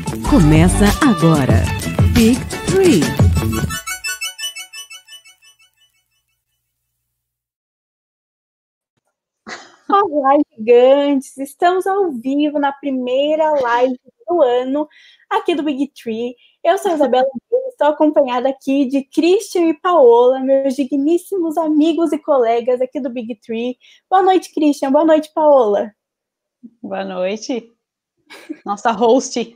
Começa agora. Big Three. Olá, gigantes! Estamos ao vivo na primeira live do ano aqui do Big Tree. Eu sou a Isabela, estou acompanhada aqui de Christian e Paola, meus digníssimos amigos e colegas aqui do Big Tree. Boa noite, Christian. Boa noite, Paola. Boa noite. Nossa host.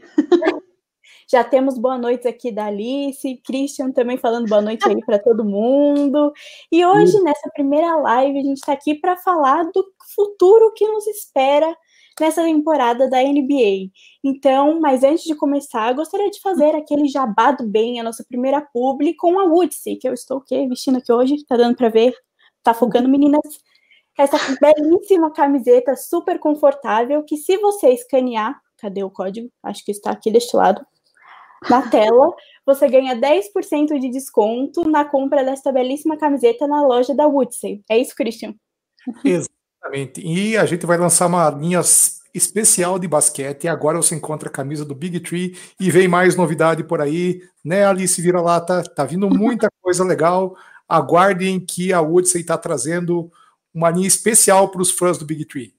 Já temos boa noite aqui da Alice, Christian também falando boa noite aí para todo mundo. E hoje, nessa primeira live, a gente está aqui para falar do futuro que nos espera nessa temporada da NBA. Então, mas antes de começar, eu gostaria de fazer aquele jabá do bem, a nossa primeira publi com a Woodsy, que eu estou vestindo aqui hoje, tá dando para ver? Tá focando, meninas? Essa belíssima camiseta super confortável, que se você escanear, cadê o código? Acho que está aqui deste lado. Na tela, você ganha 10% de desconto na compra desta belíssima camiseta na loja da Woodsy. É isso, Christian? Exatamente. E a gente vai lançar uma linha especial de basquete. E agora você encontra a camisa do Big Tree e vem mais novidade por aí, né, Alice Vira-Lata? Tá vindo muita coisa legal. Aguardem que a Woodsy está trazendo uma linha especial para os fãs do Big Tree.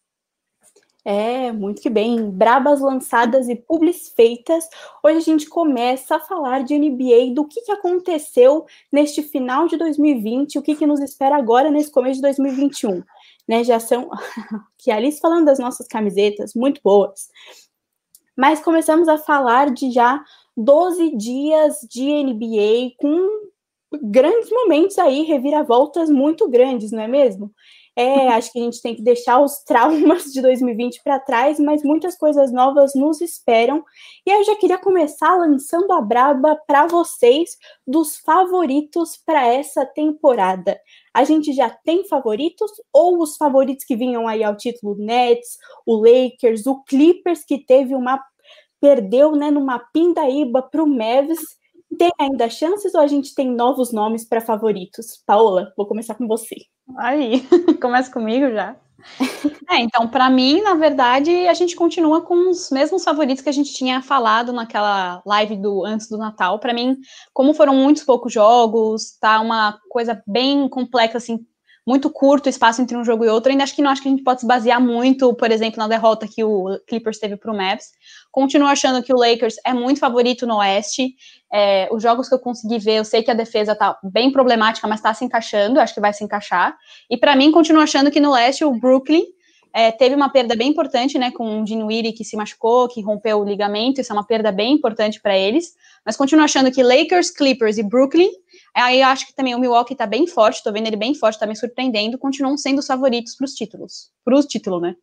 É, muito que bem. Brabas lançadas e publis feitas. Hoje a gente começa a falar de NBA, do que aconteceu neste final de 2020, o que nos espera agora nesse começo de 2021. Né, já são... que a Alice falando das nossas camisetas, muito boas. Mas começamos a falar de já 12 dias de NBA, com grandes momentos aí, reviravoltas muito grandes, não é mesmo? Acho que a gente tem que deixar os traumas de 2020 para trás, mas muitas coisas novas nos esperam. E eu já queria começar lançando a braba para vocês dos favoritos para essa temporada. A gente já tem favoritos ou os favoritos que vinham aí ao título, Nets, o Lakers, o Clippers, que perdeu, né, numa pindaíba para o Mavs, tem ainda chances ou a gente tem novos nomes para favoritos? Paola, vou começar com você. Aí, começa comigo já. Então, para mim, na verdade, a gente continua com os mesmos favoritos que a gente tinha falado naquela live antes do Natal. Para mim, como foram muitos poucos jogos, tá uma coisa bem complexa, assim, muito curto o espaço entre um jogo e outro. Ainda não acho que a gente pode se basear muito, por exemplo, na derrota que o Clippers teve para o Mavs. Continuo achando que o Lakers é muito favorito no Oeste. Os jogos que eu consegui ver, eu sei que a defesa tá bem problemática, mas tá se encaixando, acho que vai se encaixar. E para mim, continuo achando que no Leste o Brooklyn teve uma perda bem importante, né, com o Dinwiddie que se machucou, que rompeu o ligamento, isso é uma perda bem importante para eles, mas continuo achando que Lakers, Clippers e Brooklyn, aí eu acho que também o Milwaukee tá bem forte, tô vendo ele bem forte, tá me surpreendendo, continuam sendo os favoritos pros títulos, né?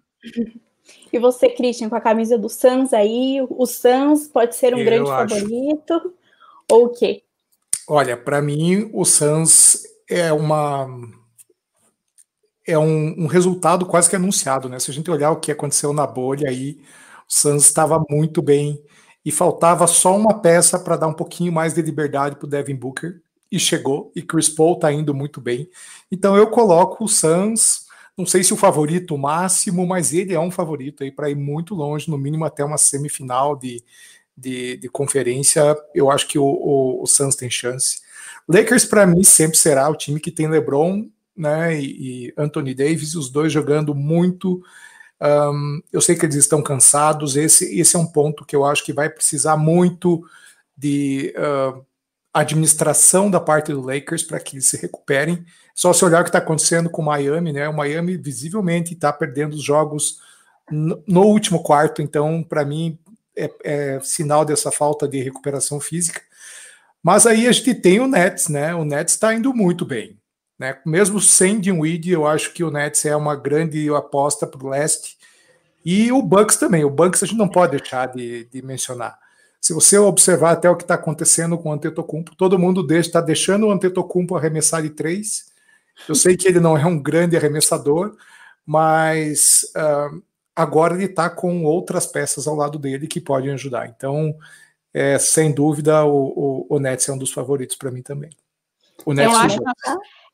E você, Christian, com a camisa do Suns aí, o Suns pode ser um grande favorito, ou o quê? Olha, para mim, o Suns é um resultado quase que anunciado, né? Se a gente olhar o que aconteceu na bolha aí, o Suns estava muito bem e faltava só uma peça para dar um pouquinho mais de liberdade para o Devin Booker, e chegou, e Chris Paul está indo muito bem. Então eu coloco o Suns, não sei se o favorito máximo, mas ele é um favorito aí para ir muito longe, no mínimo até uma semifinal de conferência. Eu acho que o Suns tem chance. Lakers, para mim, sempre será o time que tem LeBron, né, e Anthony Davis, os dois jogando muito. Eu sei que eles estão cansados. Esse é um ponto que eu acho que vai precisar muito de administração da parte do Lakers para que eles se recuperem. Só se olhar o que está acontecendo com o Miami, né? O Miami visivelmente está perdendo os jogos no último quarto, então para mim é sinal dessa falta de recuperação física. Mas aí a gente tem o Nets, né? O Nets está indo muito bem, né? Mesmo sem Dinwiddie, eu acho que o Nets é uma grande aposta para o leste. E o Bucks também. O Bucks a gente não pode deixar de mencionar. Se você observar até o que está acontecendo com o Antetokounmpo, todo mundo está deixando o Antetokounmpo arremessar de 3. Eu sei que ele não é um grande arremessador, mas agora ele está com outras peças ao lado dele que podem ajudar. Então, sem dúvida, o Nets é um dos favoritos para mim também. O Nets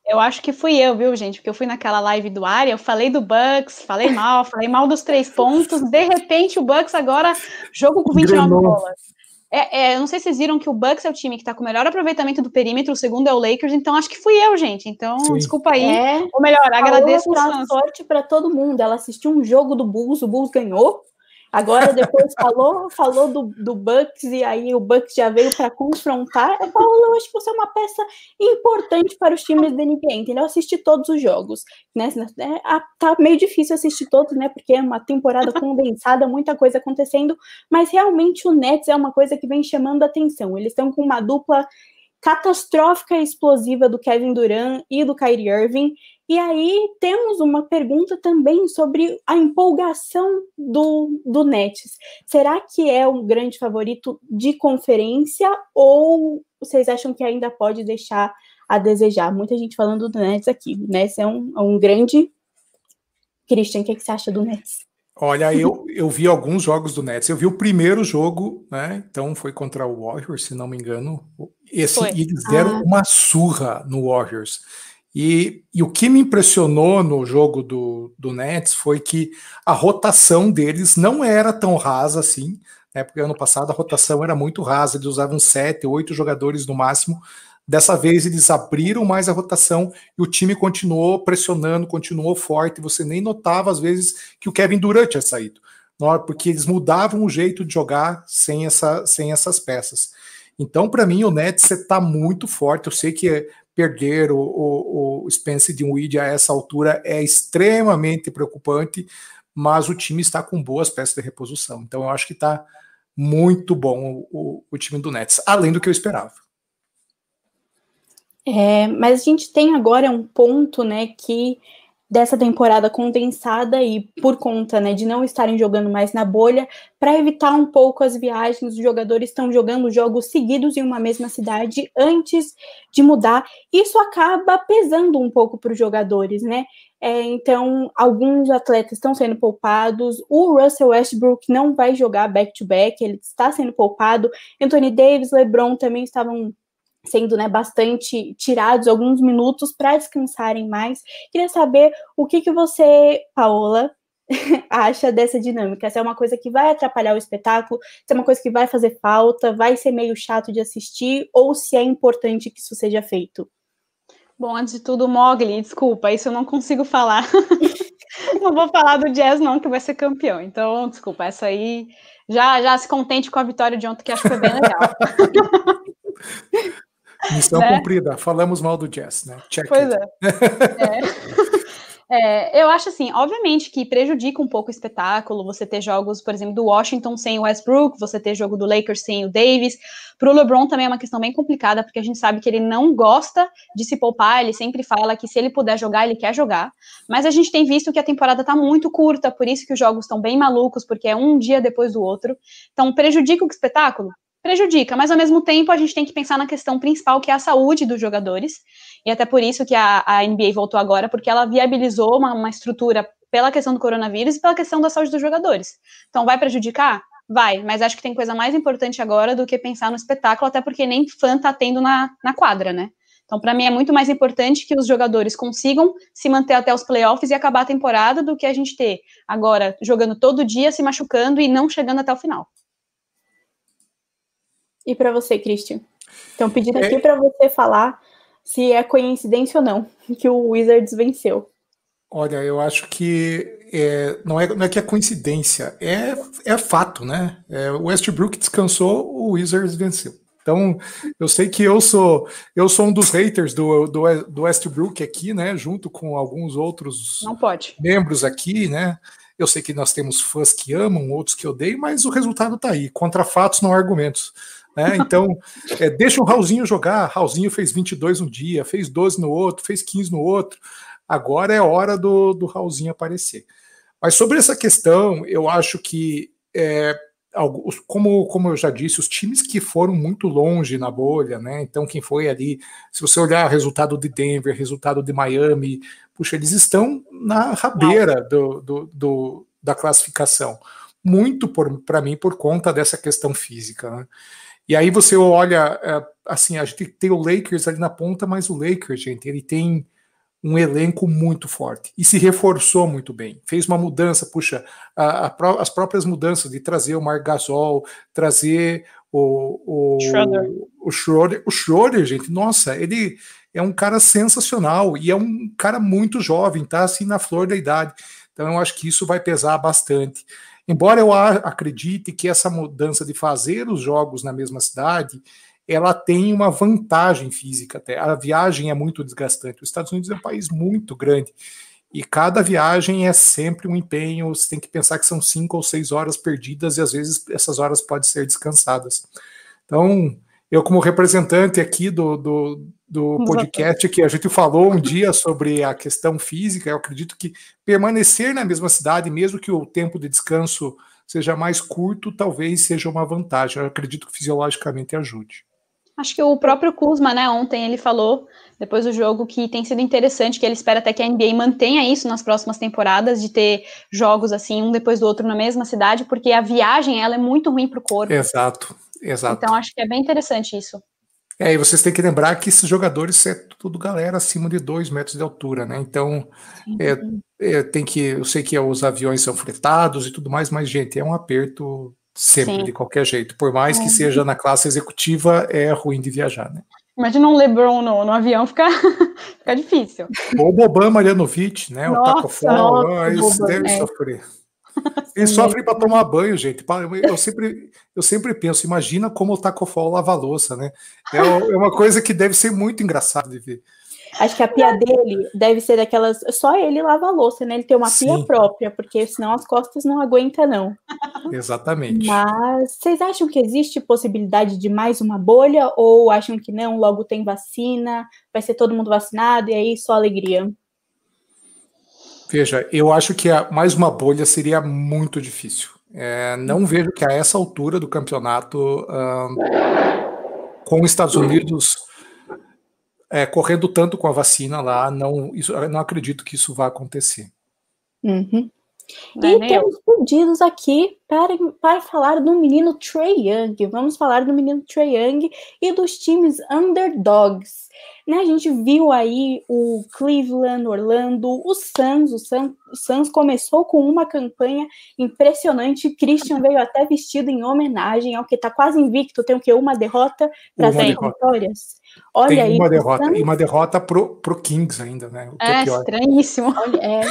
Eu acho que fui eu, viu, gente? Porque eu fui naquela live do Arya, eu falei do Bucks, falei mal dos 3 pontos. De repente, o Bucks agora, jogo com 29 bolas. Eu não sei se vocês viram que o Bucks é o time que tá com o melhor aproveitamento do perímetro, o segundo é o Lakers, então acho que fui eu, gente. Então, sim, desculpa aí. Ou melhor, agradeço os fãs. Sorte para todo mundo. Ela assistiu um jogo do Bulls, o Bulls ganhou. Agora, depois falou do Bucks, e aí o Bucks já veio para confrontar. Paola, eu acho que você é uma peça importante para os times da NBA, entendeu? Eu assisti todos os jogos, né? Tá meio difícil assistir todos, né? Porque é uma temporada condensada, muita coisa acontecendo, mas realmente o Nets é uma coisa que vem chamando a atenção. Eles estão com uma dupla catastrófica e explosiva do Kevin Durant e do Kyrie Irving. E aí temos uma pergunta também sobre a empolgação do Nets. Será que é um grande favorito de conferência ou vocês acham que ainda pode deixar a desejar? Muita gente falando do Nets aqui. O Nets é um grande... Christian, o que você acha do Nets? Olha, eu vi alguns jogos do Nets. Eu vi o primeiro jogo, né? Então foi contra o Warriors, se não me engano. E eles deram uma surra no Warriors. E o que me impressionou no jogo do Nets foi que a rotação deles não era tão rasa assim, né? Porque ano passado a rotação era muito rasa, eles usavam 7, 8 jogadores no máximo. Dessa vez eles abriram mais a rotação e o time continuou pressionando, continuou forte. Você nem notava às vezes que o Kevin Durant tinha saído, porque eles mudavam o jeito de jogar sem essas peças. Então, para mim, o Nets está muito forte. Eu sei que perder o Spencer Dinwiddie a essa altura é extremamente preocupante, mas o time está com boas peças de reposição. Então, eu acho que está muito bom o time do Nets, além do que eu esperava. Mas a gente tem agora um ponto, né, que dessa temporada condensada e por conta, né, de não estarem jogando mais na bolha, para evitar um pouco as viagens, os jogadores estão jogando jogos seguidos em uma mesma cidade antes de mudar. Isso acaba pesando um pouco para os jogadores, né? Então, alguns atletas estão sendo poupados. O Russell Westbrook não vai jogar back-to-back, ele está sendo poupado. Anthony Davis, LeBron também estavam sendo, né, bastante tirados alguns minutos para descansarem mais. Queria saber o que você, Paola, acha dessa dinâmica. Se é uma coisa que vai atrapalhar o espetáculo, se é uma coisa que vai fazer falta, vai ser meio chato de assistir, ou se é importante que isso seja feito. Bom, antes de tudo, Mogli, desculpa, isso eu não consigo falar. Não vou falar do Jazz não, que vai ser campeão. Então, desculpa, essa aí já se contente com a vitória de ontem, que acho que foi bem legal. Missão cumprida, falamos mal do Jazz, né? Check pois eu acho assim, obviamente que prejudica um pouco o espetáculo, você ter jogos, por exemplo, do Washington sem o Westbrook, você ter jogo do Lakers sem o Davis. Pro LeBron também é uma questão bem complicada, porque a gente sabe que ele não gosta de se poupar, ele sempre fala que se ele puder jogar, ele quer jogar, mas a gente tem visto que a temporada tá muito curta, por isso que os jogos estão bem malucos, porque é um dia depois do outro. Então, prejudica o espetáculo? Prejudica, mas ao mesmo tempo a gente tem que pensar na questão principal, que é a saúde dos jogadores, e até por isso que a NBA voltou agora, porque ela viabilizou uma estrutura pela questão do coronavírus e pela questão da saúde dos jogadores. Então, vai prejudicar? Vai, mas acho que tem coisa mais importante agora do que pensar no espetáculo, até porque nem fã tá tendo na quadra, né? Então, para mim, é muito mais importante que os jogadores consigam se manter até os playoffs e acabar a temporada do que a gente ter agora jogando todo dia, se machucando e não chegando até o final. E para você, Christian? Estão pedindo aqui para você falar se é coincidência ou não que o Wizards venceu. Olha, eu acho que não é que é coincidência, é fato, né? O Westbrook descansou, o Wizards venceu. Então, eu sei que eu sou um dos haters do Westbrook aqui, né? Junto com alguns outros membros aqui, né? Eu sei que nós temos fãs que amam, outros que odeiam, mas o resultado tá aí. Contra fatos, não argumentos. Né? Então, deixa o Raulzinho jogar. Raulzinho fez 22 um dia, fez 12 no outro, fez 15 no outro. Agora é hora do Raulzinho aparecer. Mas sobre essa questão, eu acho que, como eu já disse, os times que foram muito longe na bolha, né? Então quem foi ali, se você olhar o resultado de Denver, resultado de Miami, puxa, eles estão na rabeira da classificação. Muito, para mim, por conta dessa questão física, né? E aí você olha, assim, a gente tem o Lakers ali na ponta, mas o Lakers, gente, ele tem um elenco muito forte e se reforçou muito bem. Fez uma mudança, puxa, as próprias mudanças de trazer o Marc Gasol, trazer o Schroeder, gente, nossa, ele é um cara sensacional e é um cara muito jovem, tá assim na flor da idade. Então eu acho que isso vai pesar bastante. Embora eu acredite que essa mudança de fazer os jogos na mesma cidade, ela tem uma vantagem física até. A viagem é muito desgastante. Os Estados Unidos é um país muito grande e cada viagem é sempre um empenho. Você tem que pensar que são 5 ou 6 horas perdidas e às vezes essas horas podem ser descansadas. Então, eu como representante aqui do podcast que a gente falou um dia sobre a questão física, eu acredito que permanecer na mesma cidade, mesmo que o tempo de descanso seja mais curto, talvez seja uma vantagem. Eu acredito que fisiologicamente ajude. Acho que o próprio Kuzma, né, ontem ele falou, depois do jogo, que tem sido interessante, que ele espera até que a NBA mantenha isso nas próximas temporadas, de ter jogos assim, um depois do outro na mesma cidade, porque a viagem, ela é muito ruim para o corpo. Exato. Então, acho que é bem interessante isso. E vocês têm que lembrar que esses jogadores é tudo galera acima de 2 metros de altura, né? Então, eu sei que os aviões são fretados e tudo mais, mas, gente, é um aperto sempre, Sim. de qualquer jeito. Por mais que seja na classe executiva, é ruim de viajar, né? Imagina um LeBron no avião, fica difícil. Ou o Boban Marjanovic, né? O Taco Fall, eles devem sofrer. Eles sofrem para tomar banho, gente. Eu sempre penso, imagina como o Taco Fall lava a louça, né? É uma coisa que deve ser muito engraçado de ver. Acho que a pia dele deve ser daquelas... Só ele lava a louça, né? Ele tem uma pia própria, porque senão as costas não aguentam, não. Exatamente. Mas vocês acham que existe possibilidade de mais uma bolha? Ou acham que não, logo tem vacina, vai ser todo mundo vacinado e aí só alegria? Veja, eu acho que mais uma bolha seria muito difícil. Não vejo que a essa altura do campeonato, com os Estados Unidos correndo tanto com a vacina lá, não acredito que isso vá acontecer. Uhum. E temos pedidos aqui para falar do menino Trae Young. Vamos falar do menino Trae Young e dos times underdogs. Né, a gente viu aí o Cleveland, Orlando, o Suns começou com uma campanha impressionante. Christian veio até vestido em homenagem ao que está quase invicto, tem o quê? Uma derrota para 100 vitórias. Olha tem aí. Uma derrota pro Kings ainda, né? O que é pior. Estranhíssimo. Olha,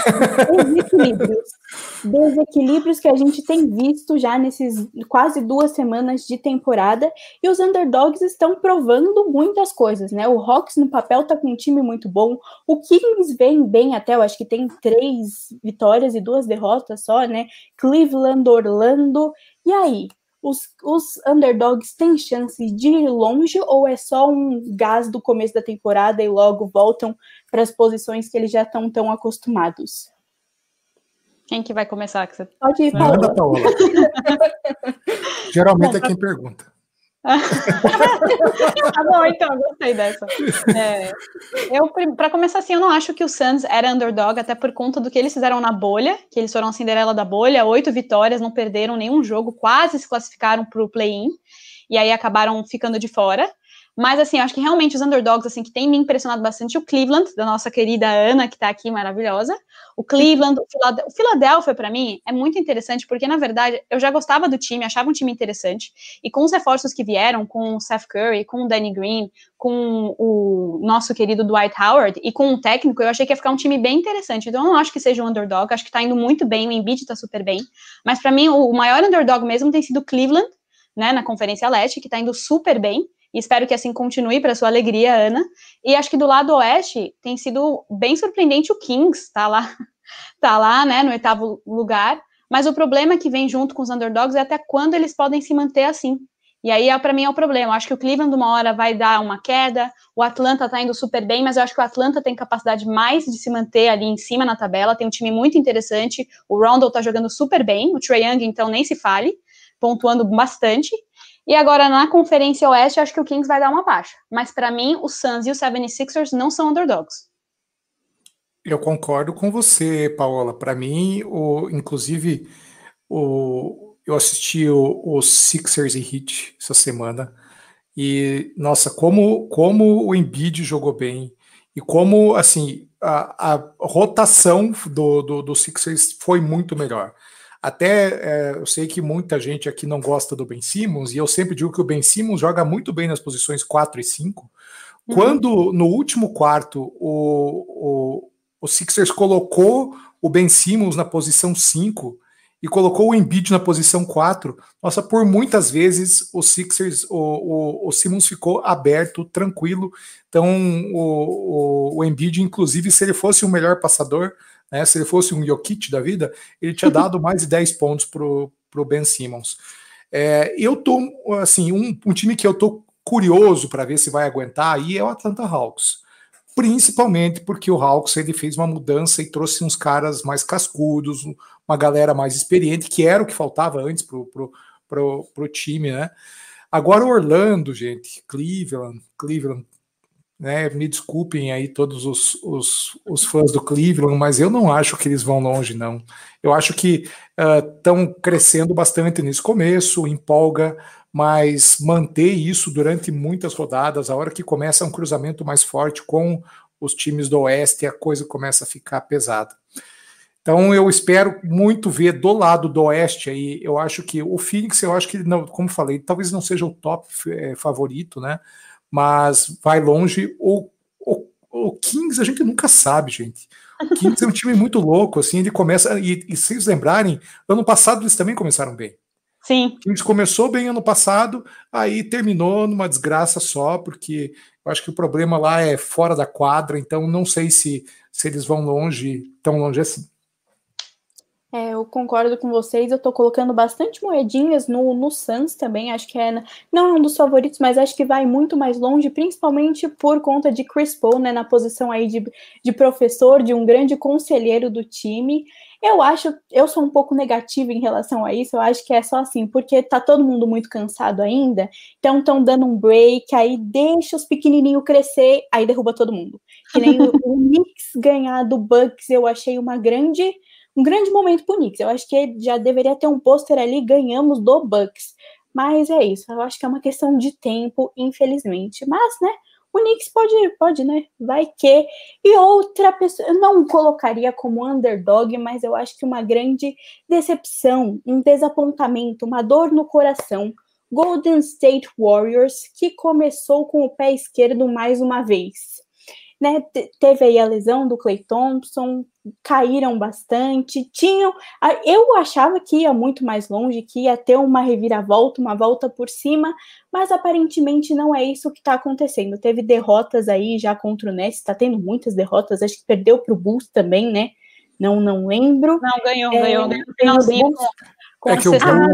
desequilíbrios que a gente tem visto já nesses quase 2 semanas de temporada, e os underdogs estão provando muitas coisas, né? O Hawks no papel tá com um time muito bom, o Kings vem bem até, eu acho que tem 3 vitórias e 2 derrotas só, né? Cleveland, Orlando, e aí? Os underdogs têm chance de ir longe ou é só um gás do começo da temporada e logo voltam para as posições que eles já estão tão acostumados? Quem que vai começar? Pode ir, Paola. Manda, Paola. Geralmente é quem pergunta. Tá bom, então, gostei dessa. Para começar assim, eu não acho que o Suns era underdog, até por conta do que eles fizeram na bolha, que eles foram a Cinderela da bolha, 8 vitórias, não perderam nenhum jogo, quase se classificaram para o play-in, e aí acabaram ficando de fora. Mas, assim, eu acho que realmente os underdogs, assim, que tem me impressionado bastante, o Cleveland, da nossa querida Ana, que tá aqui, maravilhosa. O Cleveland, o Philadelphia, para mim, é muito interessante, porque, na verdade, eu já gostava do time, achava um time interessante, e com os reforços que vieram, com o Seth Curry, com o Danny Green, com o nosso querido Dwight Howard, e com o técnico, eu achei que ia ficar um time bem interessante. Então, eu não acho que seja um underdog, acho que tá indo muito bem, o Embiid tá super bem, mas, para mim, o maior underdog mesmo tem sido o Cleveland, né, na Conferência Leste, que tá indo super bem, e espero que assim continue para sua alegria, Ana. E acho que do lado oeste tem sido bem surpreendente o Kings, tá lá, né, no 8º lugar, mas o problema que vem junto com os underdogs é até quando eles podem se manter assim. E aí, para mim, é o problema. Eu acho que o Cleveland, uma hora, vai dar uma queda, o Atlanta tá indo super bem, mas eu acho que o Atlanta tem capacidade mais de se manter ali em cima na tabela, tem um time muito interessante, o Rondo tá jogando super bem, o Trae Young, então, nem se fale, pontuando bastante. E agora, na Conferência Oeste, eu acho que o Kings vai dar uma baixa. Mas, para mim, o Suns e o 76ers não são underdogs. Eu concordo com você, Paola. Para mim, inclusive, eu assisti o Sixers e Heat essa semana. E, nossa, como o Embiid jogou bem. E como, assim, a rotação do Sixers foi muito melhor. Até eu sei que muita gente aqui não gosta do Ben Simmons, e eu sempre digo que o Ben Simmons joga muito bem nas posições 4 e 5. Quando, no último quarto, o Sixers colocou o Ben Simmons na posição 5 e colocou o Embiid na posição 4, nossa, por muitas vezes o Sixers, o Simmons ficou aberto, tranquilo. Então o Embiid, inclusive, se ele fosse o melhor passador, né, se ele fosse um Jokic da vida, ele tinha dado mais de 10 pontos pro Ben Simmons. Eu tô, assim, um time que eu tô curioso para ver se vai aguentar aí é o Atlanta Hawks. Principalmente porque o Hawks ele fez uma mudança e trouxe uns caras mais cascudos, uma galera mais experiente, que era o que faltava antes pro time, né? Agora o Orlando, gente, Cleveland, né? Me desculpem aí todos os fãs do Cleveland, mas eu não acho que eles vão longe, não. Eu acho que estão crescendo bastante nesse começo, empolga, mas manter isso durante muitas rodadas, a hora que começa um cruzamento mais forte com os times do Oeste, a coisa começa a ficar pesada. Então eu espero muito ver do lado do Oeste aí, eu acho que o Phoenix, eu acho que, não, como falei, talvez não seja o top favorito, né? Mas vai longe. O Kings a gente nunca sabe, gente. O Kings é um time muito louco, assim, ele começa, e se vocês lembrarem, ano passado eles também começaram bem. Sim. O Kings começou bem ano passado, aí terminou numa desgraça só, porque eu acho que o problema lá é fora da quadra, então não sei se eles vão longe, tão longe assim. Eu concordo com vocês, eu tô colocando bastante moedinhas no Suns também, acho que não é um dos favoritos, mas acho que vai muito mais longe, principalmente por conta de Chris Paul, né, na posição aí de professor, de um grande conselheiro do time. Eu sou um pouco negativa em relação a isso, eu acho que é só assim, porque tá todo mundo muito cansado ainda, então estão dando um break, aí deixa os pequenininhos crescer, aí derruba todo mundo. Que nem o Knicks ganhar do Bucks, eu achei um grande momento pro Knicks. Eu acho que já deveria ter um pôster ali, ganhamos do Bucks. Mas é isso, eu acho que é uma questão de tempo, infelizmente. Mas, né, o Knicks pode, né, vai que... E outra pessoa, eu não colocaria como underdog, mas eu acho que uma grande decepção, um desapontamento, uma dor no coração. Golden State Warriors, que começou com o pé esquerdo mais uma vez. Né, teve aí a lesão do Klay Thompson, caíram bastante, eu achava que ia muito mais longe, que ia ter uma reviravolta, uma volta por cima, mas aparentemente não é isso que está acontecendo. Teve derrotas aí já contra o Nets, está tendo muitas derrotas, acho que perdeu para o Bulls também, né? Não lembro. Não, ganhou no finalzinho. Verdade,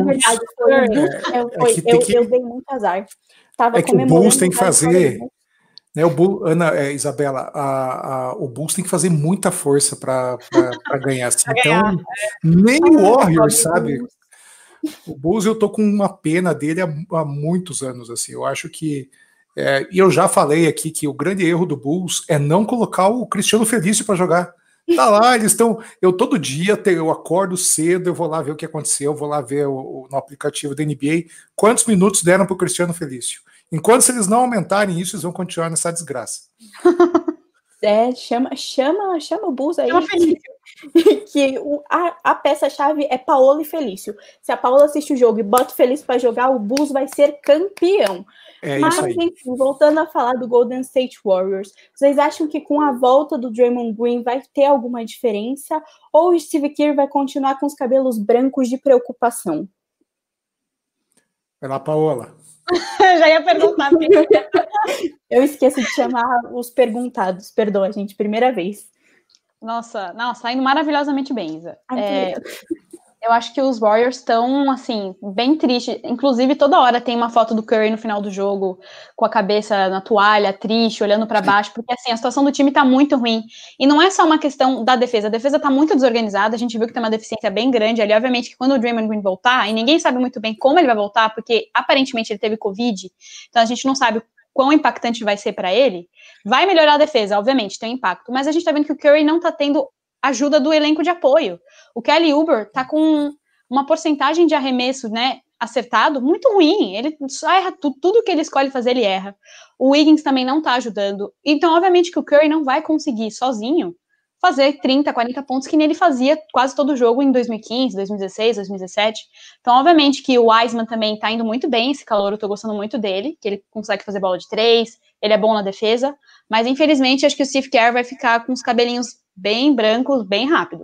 eu dei muito azar. Tava que o Bulls tem que fazer... Isabela, o Bulls tem que fazer muita força para ganhar. Assim. Então, nem o Warriors, sabe? O Bulls eu tô com uma pena dele há muitos anos. Assim. Eu acho que... E eu já falei aqui que o grande erro do Bulls é não colocar o Cristiano Felício para jogar. Tá lá, eles estão... Eu todo dia, eu acordo cedo, eu vou lá ver o que aconteceu, eu vou lá ver no aplicativo da NBA quantos minutos deram para o Cristiano Felício. Enquanto eles não aumentarem isso, eles vão continuar nessa desgraça. Chama o Bulls aí. Que a peça-chave é Paola e Felício. Se a Paola assiste o jogo e bota o Felício para jogar, o Bulls vai ser campeão. Mas, isso aí. Enfim, voltando a falar do Golden State Warriors, vocês acham que com a volta do Draymond Green vai ter alguma diferença? Ou o Steve Kerr vai continuar com os cabelos brancos de preocupação? Vai lá, Paola. Já ia perguntar. Eu esqueço de chamar os perguntados. Perdoa, gente, primeira vez. Nossa, tá indo maravilhosamente bem, Isa. Eu acho que os Warriors estão, assim, bem tristes. Inclusive, toda hora tem uma foto do Curry no final do jogo, com a cabeça na toalha, triste, olhando para baixo, porque, assim, a situação do time tá muito ruim. E não é só uma questão da defesa. A defesa tá muito desorganizada, a gente viu que tem uma deficiência bem grande ali. Obviamente que quando o Draymond Green voltar, e ninguém sabe muito bem como ele vai voltar, porque, aparentemente, ele teve Covid, então a gente não sabe quão impactante vai ser para ele. Vai melhorar a defesa, obviamente, tem um impacto. Mas a gente tá vendo que o Curry não tá tendo ajuda do elenco de apoio. O Kelly Oubre tá com uma porcentagem de arremesso, né, acertado, muito ruim. Ele só erra tudo que ele escolhe fazer, ele erra. O Wiggins também não tá ajudando. Então, obviamente, que o Curry não vai conseguir sozinho fazer 30, 40 pontos que nem ele fazia quase todo jogo em 2015, 2016, 2017. Então, obviamente, que o Wiseman também tá indo muito bem, esse calor, eu tô gostando muito dele, que ele consegue fazer bola de 3, ele é bom na defesa, mas, infelizmente, acho que o Steve Kerr vai ficar com os cabelinhos bem brancos, bem rápido.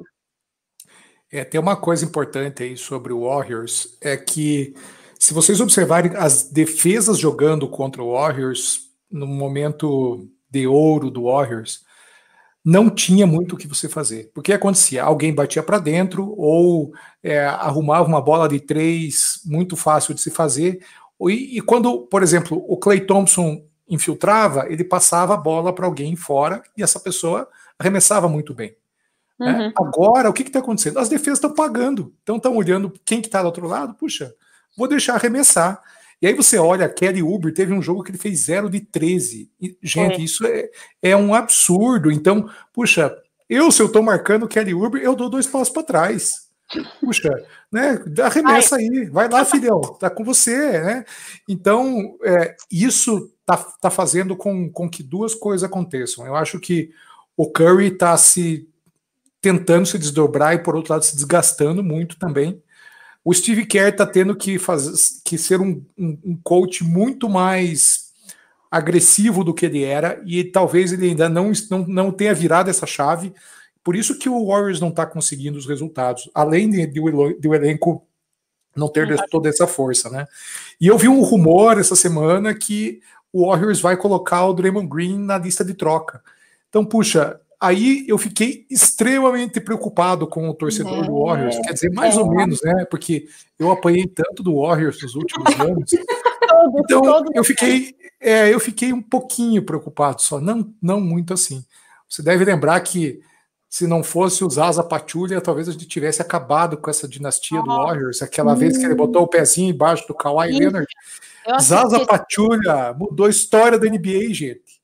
Tem uma coisa importante aí sobre o Warriors, é que se vocês observarem as defesas jogando contra o Warriors, no momento de ouro do Warriors, não tinha muito o que você fazer. Porque acontecia, alguém batia para dentro, ou arrumava uma bola de 3 muito fácil de se fazer, e quando, por exemplo, o Klay Thompson infiltrava, ele passava a bola para alguém fora, e essa pessoa arremessava muito bem. Uhum. Agora, o que está acontecendo? As defesas estão pagando, então estão olhando quem que está do outro lado, puxa, vou deixar arremessar. E aí você olha, Kelly Oubre teve um jogo que ele fez 0 de 13. E, gente, isso é um absurdo. Então, puxa, se eu estou marcando o Kelly Oubre, eu dou 2 passos para trás. Puxa, né? Arremessa aí, vai lá, filhão, tá com você, né? Então, isso tá fazendo com que 2 coisas aconteçam. Eu acho que o Curry está tentando se desdobrar e, por outro lado, se desgastando muito também. O Steve Kerr está tendo que ser um coach muito mais agressivo do que ele era, e talvez ele ainda não tenha virado essa chave. Por isso que o Warriors não está conseguindo os resultados, além de o elenco não ter toda essa força, né? E eu vi um rumor essa semana que o Warriors vai colocar o Draymond Green na lista de troca. Então, puxa, aí eu fiquei extremamente preocupado com o torcedor do Warriors, quer dizer, mais ou menos, né? Porque eu apanhei tanto do Warriors nos últimos anos. Então, eu fiquei um pouquinho preocupado, só não muito assim. Você deve lembrar que se não fosse o Zaza Pachulia, talvez a gente tivesse acabado com essa dinastia do Warriors, aquela vez que ele botou o pezinho embaixo do Kawhi Leonard. Zaza Pachulia mudou a história da NBA, gente.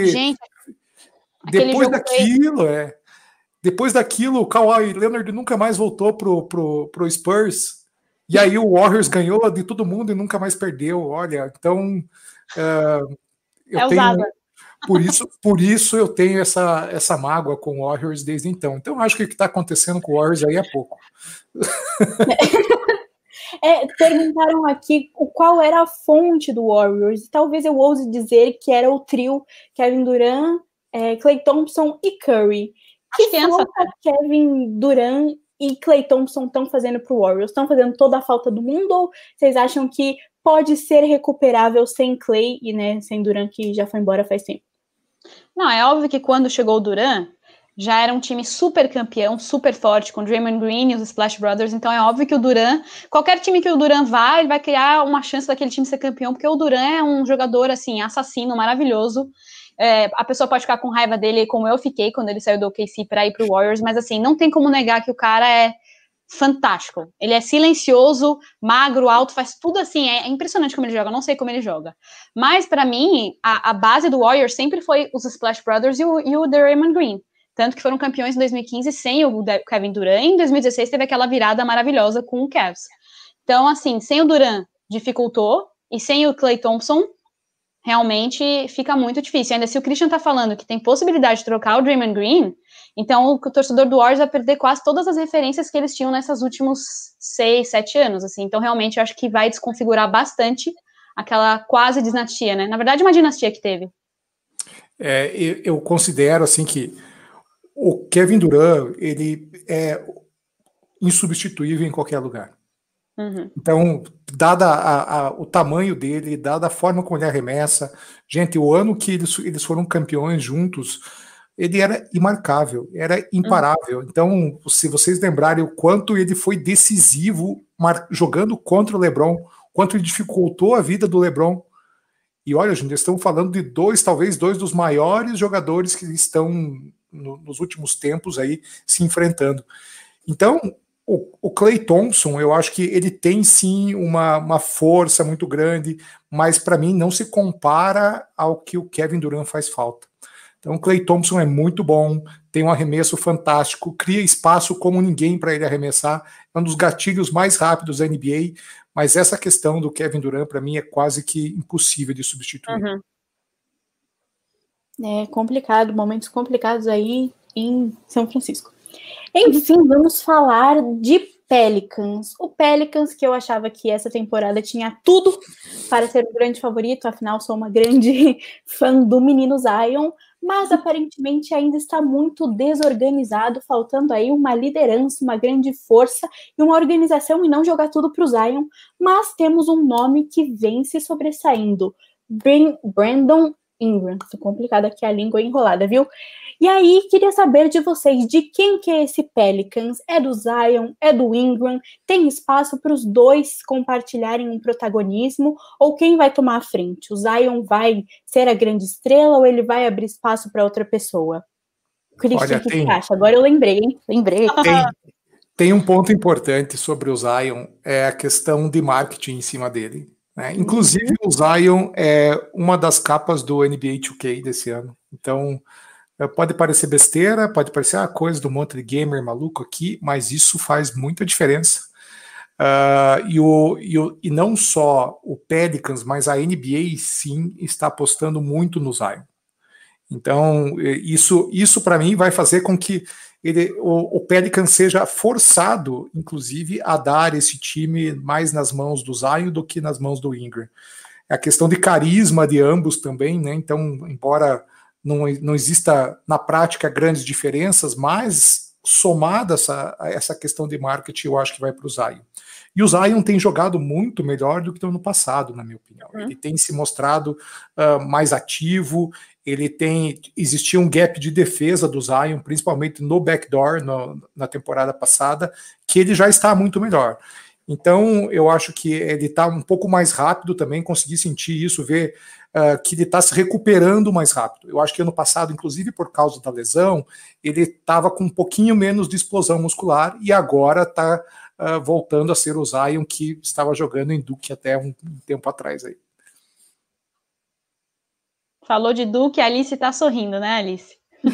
Depois daquilo, o Kawhi Leonard nunca mais voltou pro Spurs. E aí o Warriors ganhou de todo mundo e nunca mais perdeu. Olha, então por isso eu tenho essa mágoa com o Warriors desde então. Então acho que o que está acontecendo com o Warriors aí é pouco. Perguntaram aqui qual era a fonte do Warriors. Talvez eu ouse dizer que era o trio Kevin Durant, Klay Thompson e Curry. Que falta Kevin Durant e Klay Thompson estão fazendo para o Warriors? Estão fazendo toda a falta do mundo, ou vocês acham que pode ser recuperável sem Klay e, né, sem Durant, que já foi embora faz tempo? Não, é óbvio que quando chegou o Durant, já era um time super campeão, super forte, com Draymond Green e os Splash Brothers, então é óbvio que o Durant, qualquer time que o Durant vá, ele vai criar uma chance daquele time ser campeão, porque o Durant é um jogador, assim, assassino, maravilhoso. A pessoa pode ficar com raiva dele, como eu fiquei quando ele saiu do OKC para ir pro Warriors, mas assim, não tem como negar que o cara é fantástico. Ele é silencioso, magro, alto, faz tudo assim, é impressionante como ele joga, não sei como ele joga. Mas para mim, a base do Warriors sempre foi os Splash Brothers e o Draymond Green. Tanto que foram campeões em 2015 sem o Kevin Durant, e em 2016 teve aquela virada maravilhosa com o Cavs. Então, assim, sem o Durant dificultou, e sem o Klay Thompson realmente fica muito difícil. Ainda se o Christian tá falando que tem possibilidade de trocar o Draymond Green, então o torcedor do Warriors vai perder quase todas as referências que eles tinham nesses últimos 6, 7 anos, assim. Então realmente eu acho que vai desconfigurar bastante aquela quase dinastia, né? Na verdade, uma dinastia que teve. Eu considero, assim, que o Kevin Durant, ele é insubstituível em qualquer lugar. Uhum. Então, dada o tamanho dele, dada a forma como ele arremessa, gente, o ano que eles foram campeões juntos, ele era imarcável, era imparável. Então, se vocês lembrarem o quanto ele foi decisivo jogando contra o LeBron, quanto ele dificultou a vida do LeBron. E olha, gente, estamos falando de talvez dois dos maiores jogadores que estão nos últimos tempos aí se enfrentando. Então, o Klay Thompson, eu acho que ele tem sim uma força muito grande, mas para mim não se compara ao que o Kevin Durant faz falta. Então o Klay Thompson é muito bom, tem um arremesso fantástico, cria espaço como ninguém para ele arremessar, é um dos gatilhos mais rápidos da NBA, mas essa questão do Kevin Durant, para mim, é quase que impossível de substituir. Uhum. É complicado, momentos complicados aí em São Francisco. Enfim, vamos falar de Pelicans. O Pelicans, que eu achava que essa temporada tinha tudo para ser um grande favorito, afinal sou uma grande fã do menino Zion, mas aparentemente ainda está muito desorganizado, faltando aí uma liderança, uma grande força e uma organização e não jogar tudo para o Zion, mas temos um nome que vem se sobressaindo, Brandon Ingram. Tô complicada aqui a língua enrolada, viu? E aí, queria saber de vocês, de quem que é esse Pelicans? É do Zion? É do Ingram? Tem espaço para os dois compartilharem um protagonismo? Ou quem vai tomar a frente? O Zion vai ser a grande estrela ou ele vai abrir espaço para outra pessoa? Christian, o que você acha? Agora eu lembrei, hein? Lembrei. Tem um ponto importante sobre o Zion, é a questão de marketing em cima dele. Né? Inclusive, o Zion é uma das capas do NBA 2K desse ano. Então, pode parecer besteira, pode parecer coisa do monte de gamer maluco aqui, mas isso faz muita diferença. E não só o Pelicans, mas a NBA sim está apostando muito no Zion. Então, isso para mim vai fazer com que o Pelicans seja forçado, inclusive, a dar esse time mais nas mãos do Zion do que nas mãos do Ingram. É a questão de carisma de ambos também, né? Então, embora não exista na prática grandes diferenças, mas somada essa questão de marketing, eu acho que vai para o Zion. E o Zion tem jogado muito melhor do que no ano passado, na minha opinião. Ele tem se mostrado mais ativo, existia um gap de defesa do Zion, principalmente no backdoor na temporada passada, que ele já está muito melhor. Então, eu acho que ele está um pouco mais rápido também, consegui sentir isso, ver que ele está se recuperando mais rápido. Eu acho que ano passado, inclusive por causa da lesão, ele estava com um pouquinho menos de explosão muscular e agora está voltando a ser o Zion que estava jogando em Duke até um tempo atrás. Aí. Falou de Duke, a Alice está sorrindo, né, Alice?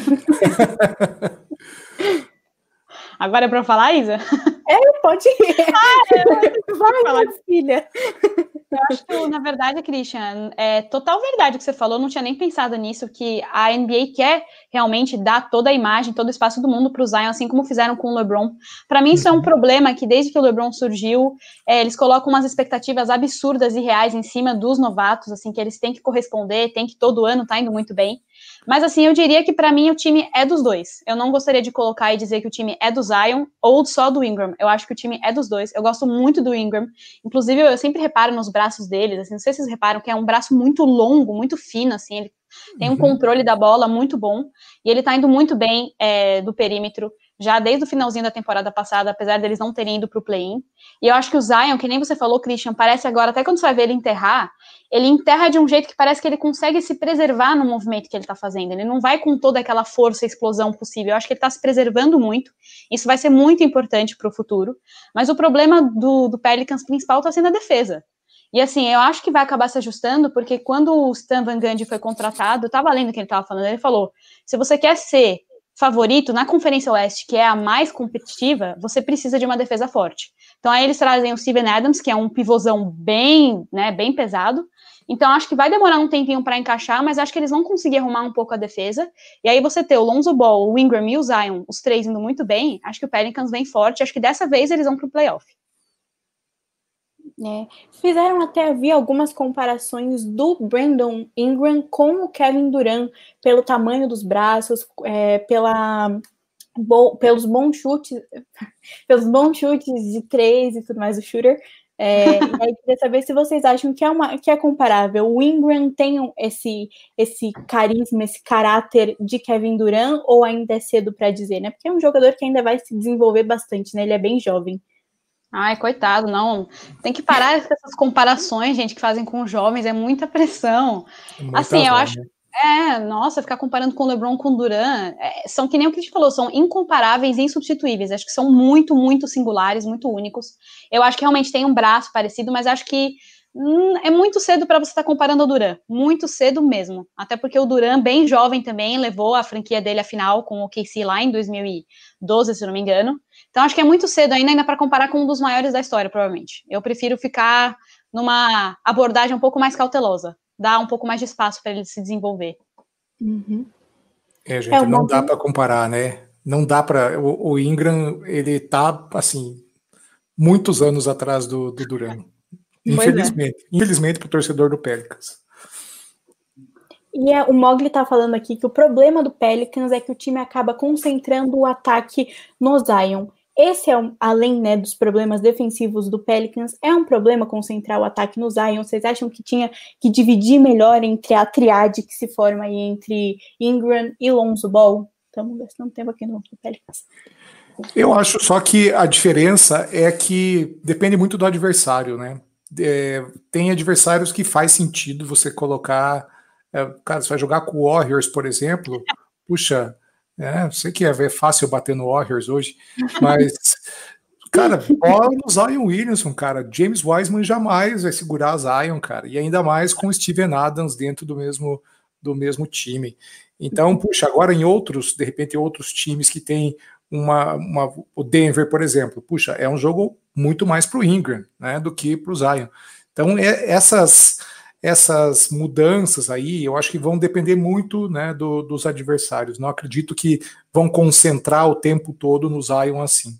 Agora é para falar, Isa? Pode ir. Vai, minha filha. Eu acho que, na verdade, Christian, é total verdade o que você falou, não tinha nem pensado nisso, que a NBA quer realmente dar toda a imagem, todo o espaço do mundo para o Zion, assim como fizeram com o LeBron. Para mim, isso é um problema que, desde que o LeBron surgiu, eles colocam umas expectativas absurdas e reais em cima dos novatos, assim, que eles têm que corresponder, tem que todo ano tá indo muito bem. Mas, assim, eu diria que, para mim, o time é dos dois. Eu não gostaria de colocar e dizer que o time é do Zion ou só do Ingram. Eu acho que o time é dos dois. Eu gosto muito do Ingram. Inclusive, eu sempre reparo nos braços deles, assim, não sei se vocês reparam, que é um braço muito longo, muito fino, assim, ele tem um controle da bola muito bom, e ele tá indo muito bem do perímetro, já desde o finalzinho da temporada passada, apesar deles não terem ido pro play-in. E eu acho que o Zion, que nem você falou, Christian, parece agora, até quando você vai ver ele enterra de um jeito que parece que ele consegue se preservar no movimento que ele tá fazendo. Ele não vai com toda aquela força e explosão possível. Eu acho que ele tá se preservando muito. Isso vai ser muito importante pro futuro. Mas o problema do Pelicans principal tá sendo a defesa. E assim, eu acho que vai acabar se ajustando, porque quando o Stan Van Gundy foi contratado, tá valendo o que ele tava falando, ele falou, se você quer ser favorito na Conferência Oeste, que é a mais competitiva, você precisa de uma defesa forte. Então aí eles trazem o Steven Adams, que é um pivôzão bem pesado. Então acho que vai demorar um tempinho para encaixar, mas acho que eles vão conseguir arrumar um pouco a defesa. E aí você ter o Lonzo Ball, o Ingram e o Zion, os três indo muito bem, acho que o Pelicans vem forte, acho que dessa vez eles vão pro playoff. Fizeram até, vi algumas comparações do Brandon Ingram com o Kevin Durant, pelo tamanho dos braços, pelos bons chutes de 3 e tudo mais, o shooter. E aí queria saber se vocês acham que é comparável. O Ingram tem esse carisma, esse caráter de Kevin Durant, ou ainda é cedo para dizer, né? Porque é um jogador que ainda vai se desenvolver bastante, né? Ele é bem jovem. Ai, coitado, não. Tem que parar com essas comparações, gente, que fazem com os jovens, é muita pressão. Assim, eu acho... nossa, ficar comparando com o LeBron com o Durant, são que nem o que a gente falou, são incomparáveis e insubstituíveis. Acho que são muito, muito singulares, muito únicos. Eu acho que realmente tem um braço parecido, mas acho que É muito cedo para você estar comparando ao Durant, muito cedo mesmo, até porque o Durant, bem jovem também, levou a franquia dele à final com o KC lá em 2012, se não me engano, então acho que é muito cedo ainda para comparar com um dos maiores da história, provavelmente. Eu prefiro ficar numa abordagem um pouco mais cautelosa, dar um pouco mais de espaço para ele se desenvolver. Uhum. Gente, não dá para comparar, né? Não dá para... O Ingram, ele tá, assim, muitos anos atrás do Durant. Infelizmente para o torcedor do Pelicans. E o Mogli tá falando aqui que o problema do Pelicans é que o time acaba concentrando o ataque no Zion. Esse é, além, né, dos problemas defensivos do Pelicans, é um problema concentrar o ataque no Zion. Vocês acham que tinha que dividir melhor entre a triade que se forma aí entre Ingram e Lonzo Ball? Estamos gastando tempo aqui no Pelicans. Eu acho só que a diferença é que depende muito do adversário, né? Tem adversários que faz sentido você colocar. Cara, você vai jogar com o Warriors, por exemplo. Puxa, sei que é fácil bater no Warriors hoje, mas, cara, bola no Zion Williamson, cara. James Wiseman jamais vai segurar a Zion, cara. E ainda mais com o Steven Adams dentro do mesmo time. Então, puxa, agora de repente, outros times que tem o Denver, por exemplo, puxa, é um jogo muito mais para o Ingram, né, do que para o Zion. Então, essas mudanças aí, eu acho que vão depender muito, né, dos adversários. Não acredito que vão concentrar o tempo todo no Zion assim.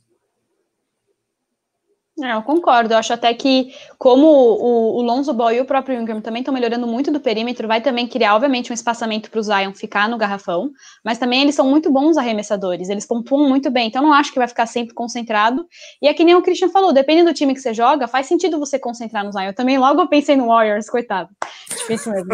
Eu concordo, eu acho até que como o Lonzo Ball e o próprio Ingram também estão melhorando muito do perímetro, vai também criar, obviamente, um espaçamento para o Zion ficar no garrafão, mas também eles são muito bons arremessadores, eles pontuam muito bem, então não acho que vai ficar sempre concentrado, e é que nem o Christian falou, dependendo do time que você joga, faz sentido você concentrar no Zion. Eu também logo pensei no Warriors, coitado, difícil mesmo.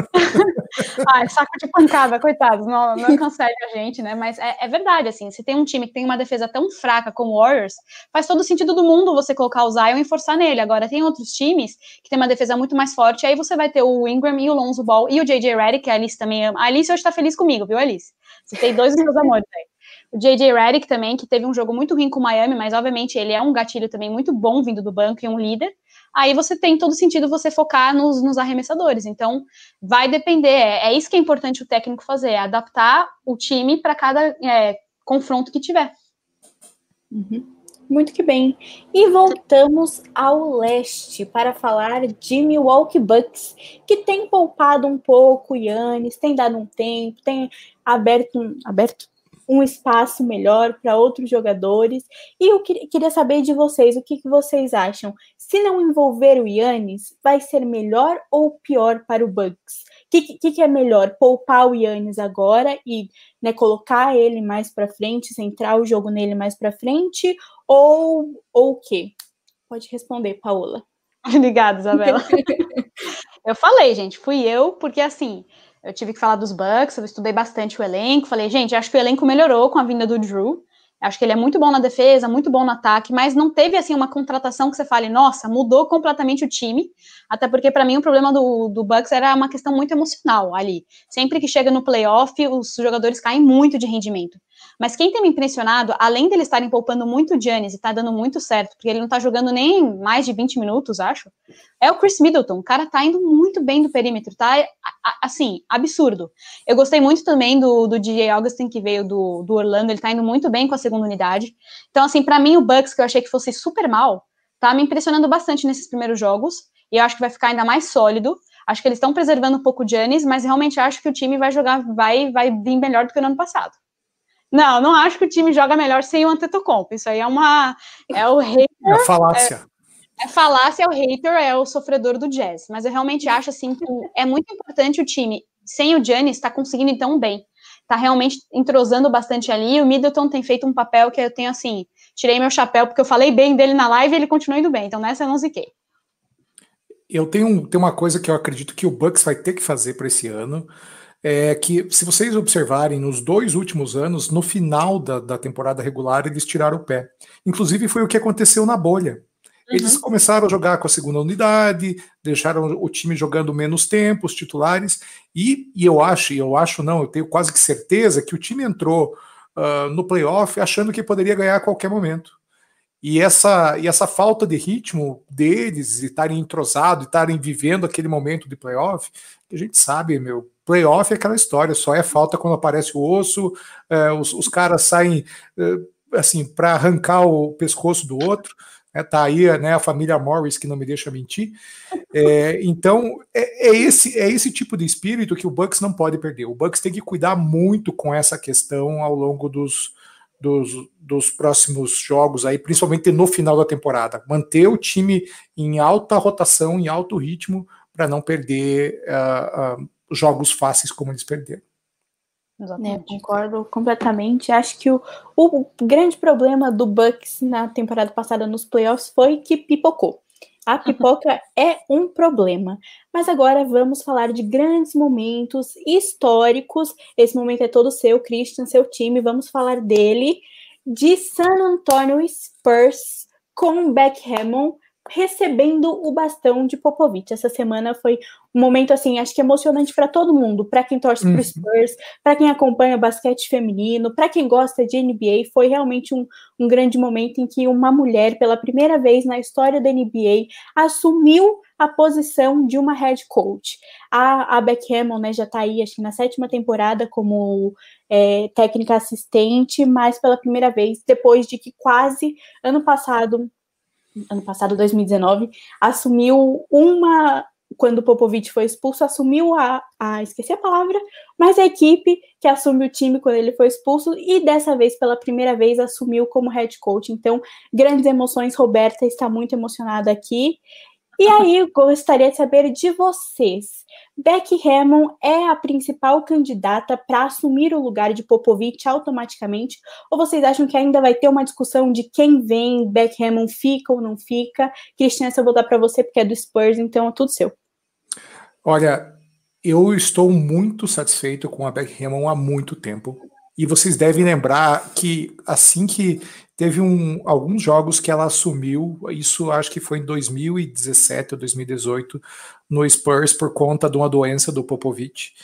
Saco de pancada, coitados, não cancele a gente, né, mas é verdade, assim, se tem um time que tem uma defesa tão fraca como o Warriors, faz todo sentido do mundo você colocar o Zion e forçar nele. Agora, tem outros times que tem uma defesa muito mais forte, aí você vai ter o Ingram e o Lonzo Ball e o J.J. Redick, que a Alice também ama. A Alice hoje tá feliz comigo, viu, Alice? Você tem dois dos meus amores aí. O J.J. Redick também, que teve um jogo muito ruim com o Miami, mas obviamente ele é um gatilho também muito bom vindo do banco e um líder. Aí você tem todo sentido você focar nos arremessadores. Então, vai depender. É isso que é importante o técnico fazer, é adaptar o time para cada confronto que tiver. Uhum. Muito que bem. E voltamos ao leste para falar de Milwaukee Bucks, que tem poupado um pouco o Giannis, tem dado um tempo, tem aberto um espaço melhor para outros jogadores. E eu queria saber de vocês, o que vocês acham? Se não envolver o Giannis, vai ser melhor ou pior para o Bucks? O que é melhor? Poupar o Giannis agora e, né, colocar ele mais para frente, centrar o jogo nele mais para frente? Ou o quê? Pode responder, Paola. Obrigada, Isabela. Eu falei, gente, fui eu, porque assim, eu tive que falar dos Bucks, eu estudei bastante o elenco, falei, gente, acho que o elenco melhorou com a vinda do Drew, acho que ele é muito bom na defesa, muito bom no ataque, mas não teve, assim, uma contratação que você fale, nossa, mudou completamente o time, até porque, para mim, o problema do Bucks era uma questão muito emocional ali. Sempre que chega no playoff, os jogadores caem muito de rendimento. Mas quem tem me impressionado, além deles estarem poupando muito o Giannis e tá dando muito certo, porque ele não tá jogando nem mais de 20 minutos, acho, é o Chris Middleton. O cara tá indo muito bem do perímetro, tá, assim, absurdo. Eu gostei muito também do DJ Augustin, que veio do Orlando, ele tá indo muito bem com a segunda unidade. Então, assim, pra mim, o Bucks, que eu achei que fosse super mal, tá me impressionando bastante nesses primeiros jogos, e eu acho que vai ficar ainda mais sólido. Acho que eles estão preservando um pouco o Giannis, mas realmente acho que o time vai jogar, vai vir melhor do que no ano passado. Não acho que o time joga melhor sem o Antetokounmpo. Isso aí é o hater. É falácia. É falácia, é o hater, é o sofredor do Jazz. Mas eu realmente acho, assim, que é muito importante o time, sem o Giannis, tá conseguindo ir tão bem. Tá realmente entrosando bastante ali. O Middleton tem feito um papel que eu tenho, assim, tirei meu chapéu, porque eu falei bem dele na live e ele continua indo bem. Então nessa eu não ziquei. Eu tenho uma coisa que eu acredito que o Bucks vai ter que fazer para esse ano, é que, se vocês observarem, nos 2 últimos anos, no final da temporada regular, eles tiraram o pé. Inclusive, foi o que aconteceu na bolha. Eles começaram a jogar com a segunda unidade, deixaram o time jogando menos tempo, os titulares, e eu tenho quase que certeza que o time entrou no playoff achando que poderia ganhar a qualquer momento. E essa falta de ritmo deles, de estarem entrosados, de estarem vivendo aquele momento de playoff, que a gente sabe, playoff é aquela história, só é falta quando aparece o osso, os caras saem assim, para arrancar o pescoço do outro. Tá aí, né, a família Morris, que não me deixa mentir. Então, é esse tipo de espírito que o Bucks não pode perder. O Bucks tem que cuidar muito com essa questão ao longo dos próximos jogos, aí, principalmente no final da temporada. Manter o time em alta rotação, em alto ritmo, para não perder jogos fáceis como eles perderam. Concordo completamente. Acho que o grande problema do Bucks na temporada passada nos playoffs foi que pipocou. A pipoca é um problema. Mas agora vamos falar de grandes momentos históricos. Esse momento é todo seu, Christian, seu time. Vamos falar dele, de San Antonio Spurs com Beck Hammon recebendo o bastão de Popovich. Essa semana foi um momento, assim, acho que emocionante para todo mundo, para quem torce para o Spurs, para quem acompanha o basquete feminino, para quem gosta de NBA. Foi realmente um grande momento em que uma mulher, pela primeira vez na história da NBA, assumiu a posição de uma head coach. A Beck Hammon, né, já está aí, acho que na 7ª temporada como técnica assistente, mas pela primeira vez, depois de que quase ano passado, 2019, assumiu quando o Popovich foi expulso, assumiu esqueci a palavra, mas a equipe que assume o time quando ele foi expulso, e dessa vez, pela primeira vez, assumiu como head coach. Então, grandes emoções. Roberta está muito emocionada aqui. E aí, eu gostaria de saber de vocês. Beck Hammon é a principal candidata para assumir o lugar de Popovich automaticamente? Ou vocês acham que ainda vai ter uma discussão de quem vem, Beck Hammon fica ou não fica? Cristian, se eu voltar para você, porque é do Spurs, então é tudo seu. Olha, eu estou muito satisfeito com a Beck Hammon há muito tempo. E vocês devem lembrar que assim que teve alguns jogos que ela assumiu, isso acho que foi em 2017 ou 2018, no Spurs, por conta de uma doença do Popovich.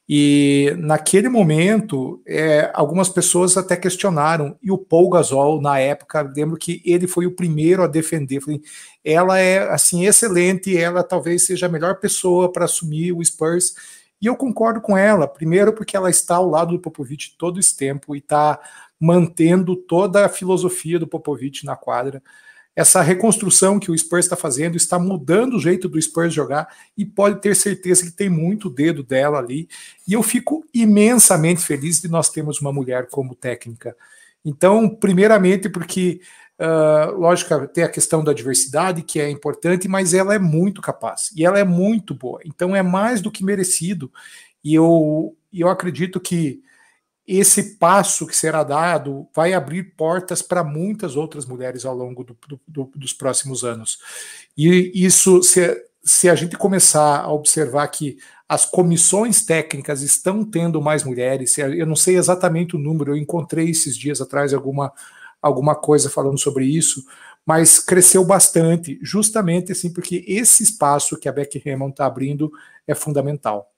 E naquele momento, algumas pessoas até questionaram, e o Paul Gasol, na época, lembro que ele foi o primeiro a defender. Falei, ela é assim excelente, ela talvez seja a melhor pessoa para assumir o Spurs. E eu concordo com ela, primeiro porque ela está ao lado do Popovich todo esse tempo e está mantendo toda a filosofia do Popovich na quadra. Essa reconstrução que o Spurs está fazendo está mudando o jeito do Spurs jogar, e pode ter certeza que tem muito dedo dela ali. E eu fico imensamente feliz de nós termos uma mulher como técnica. Então, primeiramente porque, lógico, tem a questão da diversidade, que é importante, mas ela é muito capaz e ela é muito boa. Então é mais do que merecido. E eu acredito que esse passo que será dado vai abrir portas para muitas outras mulheres ao longo dos próximos anos. E isso, se a gente começar a observar que as comissões técnicas estão tendo mais mulheres, eu não sei exatamente o número, eu encontrei esses dias atrás alguma coisa falando sobre isso, mas cresceu bastante, justamente assim, porque esse espaço que a Beck Hammon está abrindo é fundamental.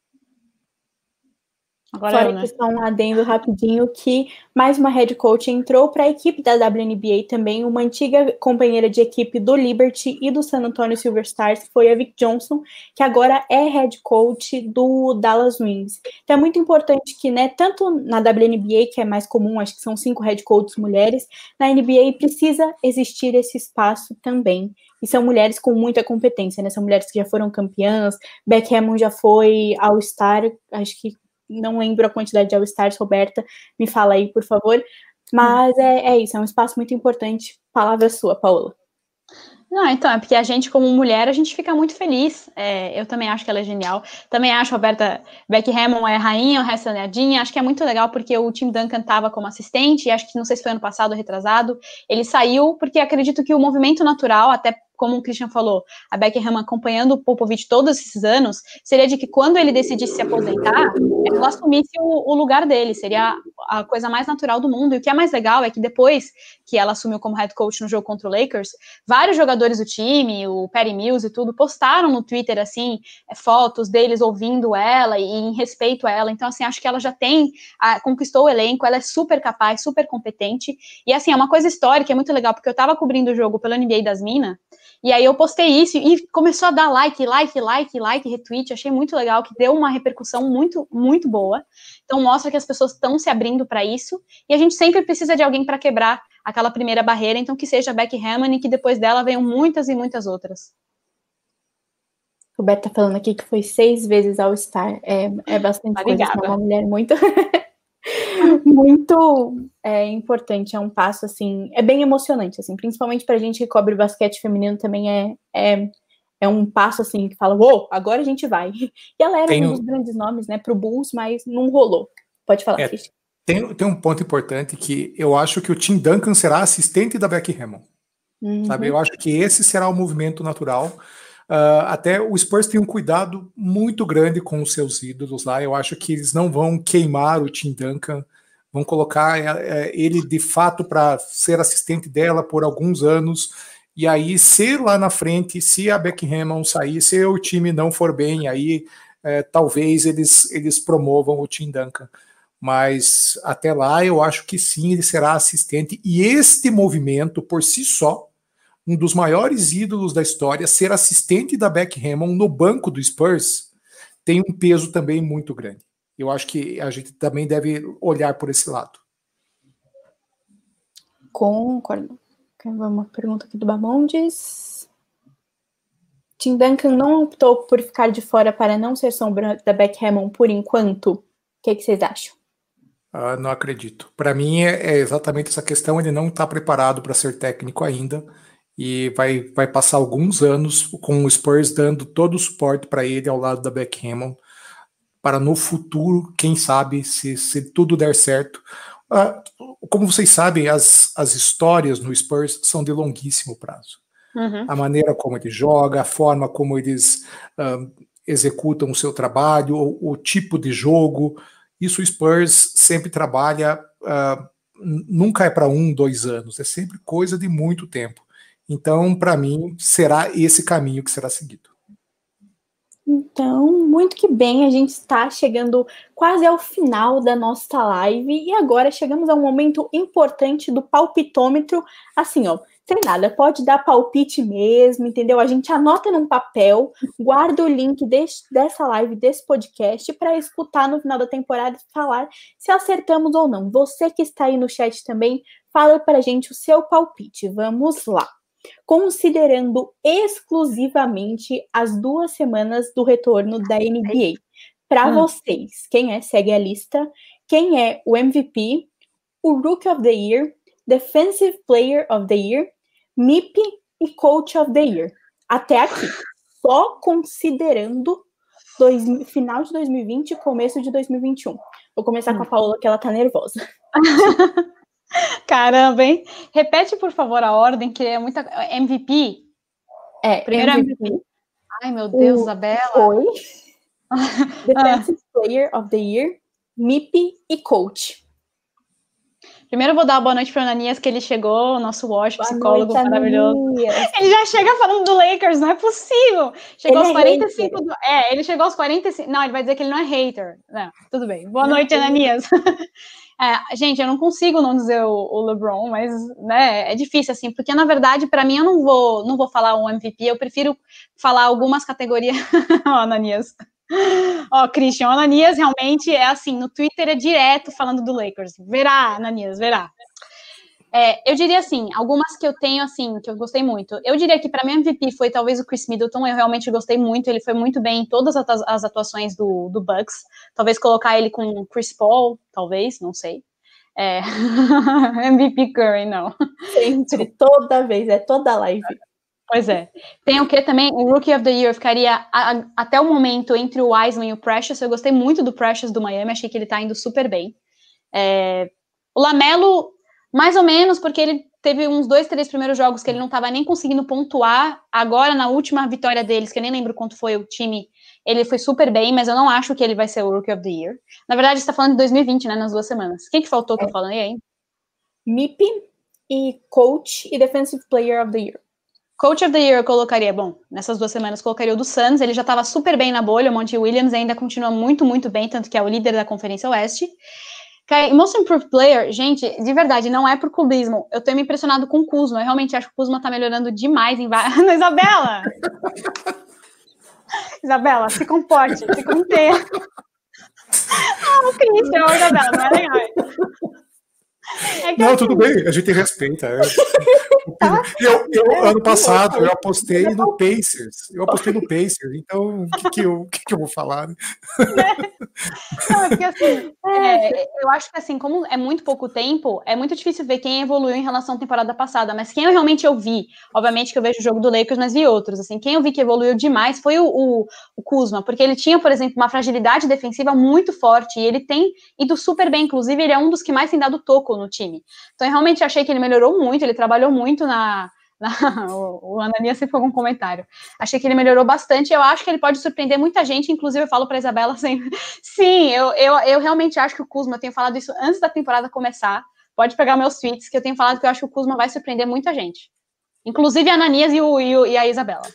Agora, né? Só um adendo rapidinho, que mais uma head coach entrou para a equipe da WNBA também, uma antiga companheira de equipe do Liberty e do San Antonio Silver Stars, que foi a Vic Johnson, que agora é head coach do Dallas Wings. Então é muito importante que, né, tanto na WNBA, que é mais comum, acho que são 5 head coaches mulheres, na NBA precisa existir esse espaço também. E são mulheres com muita competência, né? São mulheres que já foram campeãs. Beck Hammon já foi All-Star, acho que não lembro a quantidade de All-Stars, Roberta, me fala aí, por favor. Mas é isso, é um espaço muito importante. Palavra sua, Paola. Não, então, é porque a gente, como mulher, a gente fica muito feliz. Eu também acho que ela é genial. Também acho a Roberta Beck Hammon é rainha, o resto é neadinha. Acho que é muito legal porque o Tim Duncan estava como assistente, e acho que, não sei se foi ano passado ou retrasado, ele saiu porque acredito que o movimento natural, até como o Christian falou, a Becky Hammon acompanhando o Popovich todos esses anos, seria de que quando ele decidisse se aposentar, ela assumisse o lugar dele, seria a coisa mais natural do mundo. E o que é mais legal é que depois que ela assumiu como head coach no jogo contra o Lakers, vários jogadores do time, o Patty Mills e tudo, postaram no Twitter, assim, fotos deles ouvindo ela e em respeito a ela. Então, assim, acho que ela já conquistou o elenco, ela é super capaz, super competente. E, assim, é uma coisa histórica, é muito legal, porque eu tava cobrindo o jogo pelo NBA das Minas, e aí eu postei isso e começou a dar like, retweet, achei muito legal, que deu uma repercussão muito, muito boa. Então mostra que as pessoas estão se abrindo para isso, e a gente sempre precisa de alguém para quebrar aquela primeira barreira, então que seja a Becky Hammon e que depois dela venham muitas e muitas outras. O Beto tá falando aqui que foi 6 vezes All-Star, é bastante coisa, é uma mulher muito... muito importante, é um passo, assim, é bem emocionante, assim, principalmente pra gente que cobre basquete feminino também é um passo, assim, que fala, uou, agora a gente vai. E ela era um dos grandes nomes, né, pro Bulls, mas não rolou. Pode falar, Christian. Tem um ponto importante que eu acho que o Tim Duncan será assistente da Becky Hammon, sabe? Eu acho que esse será o movimento natural. Até o Spurs tem um cuidado muito grande com os seus ídolos lá. Eu acho que eles não vão queimar o Tim Duncan, vão colocar ele de fato para ser assistente dela por alguns anos. E aí, se lá na frente, se a Becky Hammon sair, se o time não for bem, aí talvez eles promovam o Tim Duncan. Mas até lá, eu acho que sim, ele será assistente. E este movimento, por si só, um dos maiores ídolos da história, ser assistente da Becky Hammon no banco do Spurs, tem um peso também muito grande. Eu acho que a gente também deve olhar por esse lado. Concordo. Uma pergunta aqui do Bamondes. Tim Duncan não optou por ficar de fora para não ser sombra da Becky Hammon por enquanto? O que vocês acham? Não acredito. Para mim é exatamente essa questão, ele não está preparado para ser técnico ainda. E vai passar alguns anos com o Spurs dando todo o suporte para ele ao lado da Becky Hammon, para no futuro, quem sabe, se tudo der certo. Como vocês sabem, as histórias no Spurs são de longuíssimo prazo. A maneira como ele joga, a forma como eles executam o seu trabalho, o tipo de jogo, isso o Spurs sempre trabalha, nunca é para 1, 2 anos, é sempre coisa de muito tempo. Então, para mim, será esse caminho que será seguido. Então, muito que bem, a gente está chegando quase ao final da nossa live e agora chegamos a um momento importante do palpitômetro, assim, ó, sem nada, pode dar palpite mesmo, entendeu? A gente anota num papel, guarda o link dessa live, desse podcast, para escutar no final da temporada e falar se acertamos ou não. Você que está aí no chat também, fala pra gente o seu palpite, vamos lá. Considerando exclusivamente as 2 semanas do retorno da NBA. Para vocês, quem segue a lista, quem é o MVP, o Rookie of the Year, Defensive Player of the Year, MIP e Coach of the Year. Até aqui. Só considerando final de 2020 e começo de 2021. Vou começar com a Paola, que ela tá nervosa. Caramba, hein? Repete, por favor, a ordem, que é muita... MVP? Primeiro MVP. Ai, meu Deus, Isabela. Foi Defensive Player of the Year, MIP e Coach. Primeiro eu vou dar uma boa noite para o Ananias, que ele chegou, o nosso watch, psicólogo noite, maravilhoso. Ele já chega falando do Lakers, não é possível. Chegou aos 45 ele chegou aos 45. Não, ele vai dizer que ele não é hater. Não, tudo bem. Boa noite, Ananias. Gente, eu não consigo não dizer o LeBron, mas né, é difícil, assim, porque na verdade, para mim, eu não vou falar um MVP, eu prefiro falar algumas categorias. Ananias. Christian, Ananias realmente é assim, no Twitter é direto falando do Lakers. Verá, Ananias, verá. Eu diria assim, algumas que eu tenho, assim, que eu gostei muito. Eu diria que para mim o MVP foi talvez o Chris Middleton, eu realmente gostei muito, ele foi muito bem em todas as atuações do Bucks. Talvez colocar ele com o Chris Paul, talvez, não sei. MVP Curry, não. Sempre, toda vez, toda live. Pois é. Tem o que também? O Rookie of the Year ficaria até o momento entre o Wiseman e o Precious. Eu gostei muito do Precious do Miami, achei que ele tá indo super bem. O LaMelo, mais ou menos, porque ele teve uns 2, 3 primeiros jogos que ele não estava nem conseguindo pontuar. Agora, na última vitória deles, que eu nem lembro quanto foi o time, ele foi super bem, mas eu não acho que ele vai ser o Rookie of the Year. Na verdade, você tá falando de 2020, né, nas 2 semanas. Quem que faltou que eu falei aí? MIP e Coach e Defensive Player of the Year. Coach of the Year eu colocaria, bom, nessas 2 semanas eu colocaria o do Suns, ele já estava super bem na bolha, o Monty Williams ainda continua muito, muito bem, tanto que é o líder da Conferência Oeste. Most Improved Player, gente, de verdade, não é por clubismo, eu tô me impressionado com o Kuzma, eu realmente acho que o Kuzma tá melhorando demais em várias... Isabela! Isabela, se comporte, se contenha. O Christian, Isabela, não é legal. Não, tudo bem, a gente respeita. Ano passado, eu apostei no Pacers. Então o que eu vou falar? Né? Não, é porque assim, eu acho que assim, como é muito pouco tempo, é muito difícil ver quem evoluiu em relação à temporada passada, mas quem eu realmente vi, obviamente que eu vejo o jogo do Lakers, mas vi outros, assim, quem eu vi que evoluiu demais foi o Kuzma, porque ele tinha, por exemplo, uma fragilidade defensiva muito forte, e ele tem ido super bem, inclusive ele é um dos que mais tem dado toco no time. Então eu realmente achei que ele melhorou muito, ele trabalhou muito o Ananias sempre foi algum comentário. Achei que ele melhorou bastante. Eu acho que ele pode surpreender muita gente. Inclusive, eu falo para Isabela sempre. Sim, eu realmente acho que o Kuzma, eu tenho falado isso antes da temporada começar. Pode pegar meus tweets, que eu tenho falado que eu acho que o Kuzma vai surpreender muita gente. Inclusive a Ananias e a Isabela.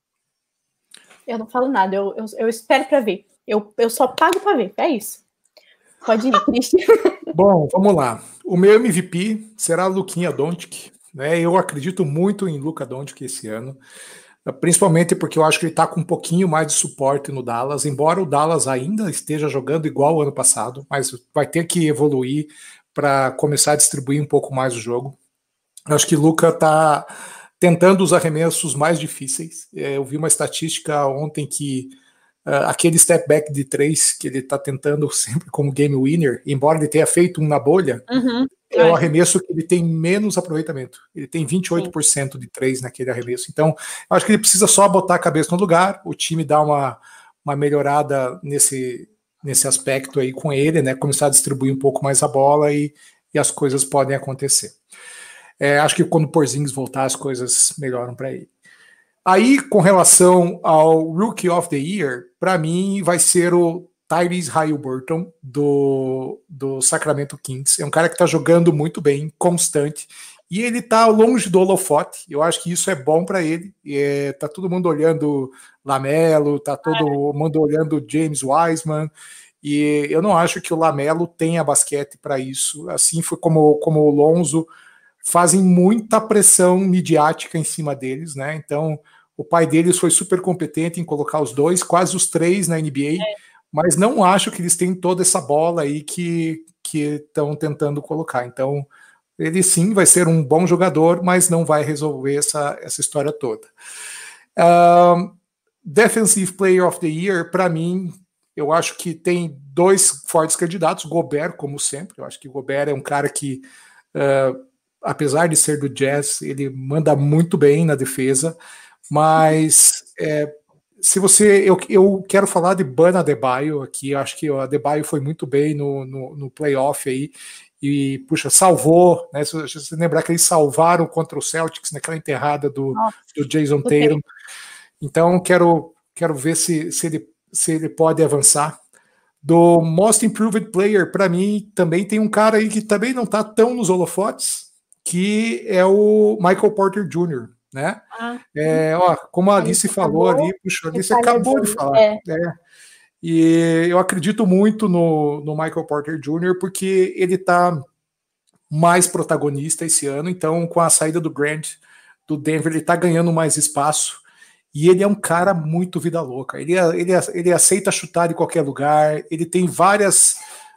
Eu não falo nada, eu espero para ver. Eu só pago para ver, é isso. Pode ir, Christian. Bom, vamos lá. O meu MVP será Luquinha Doncic. Né? Eu acredito muito em Luka Doncic esse ano, principalmente porque eu acho que ele está com um pouquinho mais de suporte no Dallas, embora o Dallas ainda esteja jogando igual o ano passado, mas vai ter que evoluir para começar a distribuir um pouco mais o jogo. Eu acho que Luka está tentando os arremessos mais difíceis. Eu vi uma estatística ontem que aquele step back de 3 que ele está tentando sempre como game winner, embora ele tenha feito um na bolha, é o arremesso que ele tem menos aproveitamento. Ele tem 28% de 3 naquele arremesso. Então, eu acho que ele precisa só botar a cabeça no lugar, o time dá uma melhorada nesse aspecto aí com ele, né? Começar a distribuir um pouco mais a bola e as coisas podem acontecer. Acho que quando o Porzingis voltar, as coisas melhoram para ele. Aí, com relação ao Rookie of the Year, para mim vai ser o Tyrese Haliburton, do Sacramento Kings. É um cara que está jogando muito bem, constante, e ele está longe do holofote. Eu acho que isso é bom para ele. Tá todo mundo olhando Lamelo, tá todo mundo olhando James Wiseman, e eu não acho que o Lamelo tenha basquete para isso. Assim foi como o Lonzo, fazem muita pressão midiática em cima deles, né? Então, o pai deles foi super competente em colocar os dois, quase os 3 na NBA, mas não acho que eles têm toda essa bola aí que estão tentando colocar. Então, ele sim vai ser um bom jogador, mas não vai resolver essa história toda. Defensive Player of the Year, para mim, eu acho que tem 2 fortes candidatos, Gobert, como sempre. Eu acho que Gobert é um cara que, apesar de ser do Jazz, ele manda muito bem na defesa, mas se você, eu quero falar de Bam Adebayo aqui. Eu acho que o Adebayo foi muito bem no playoff aí e, puxa, salvou, né? Se você lembrar que eles salvaram contra o Celtics naquela enterrada do Jason Tatum. Então quero ver se ele pode avançar. Do Most Improved Player, para mim, também tem um cara aí que também não está tão nos holofotes, que é o Michael Porter Jr., né? Como a Alice falou ali, puxa, a Alice acabou de falar. E eu acredito muito no Michael Porter Jr., porque ele está mais protagonista esse ano. Então, com a saída do Grant do Denver, ele está ganhando mais espaço. E ele é um cara muito vida louca. Ele aceita chutar em qualquer lugar. Ele tem várias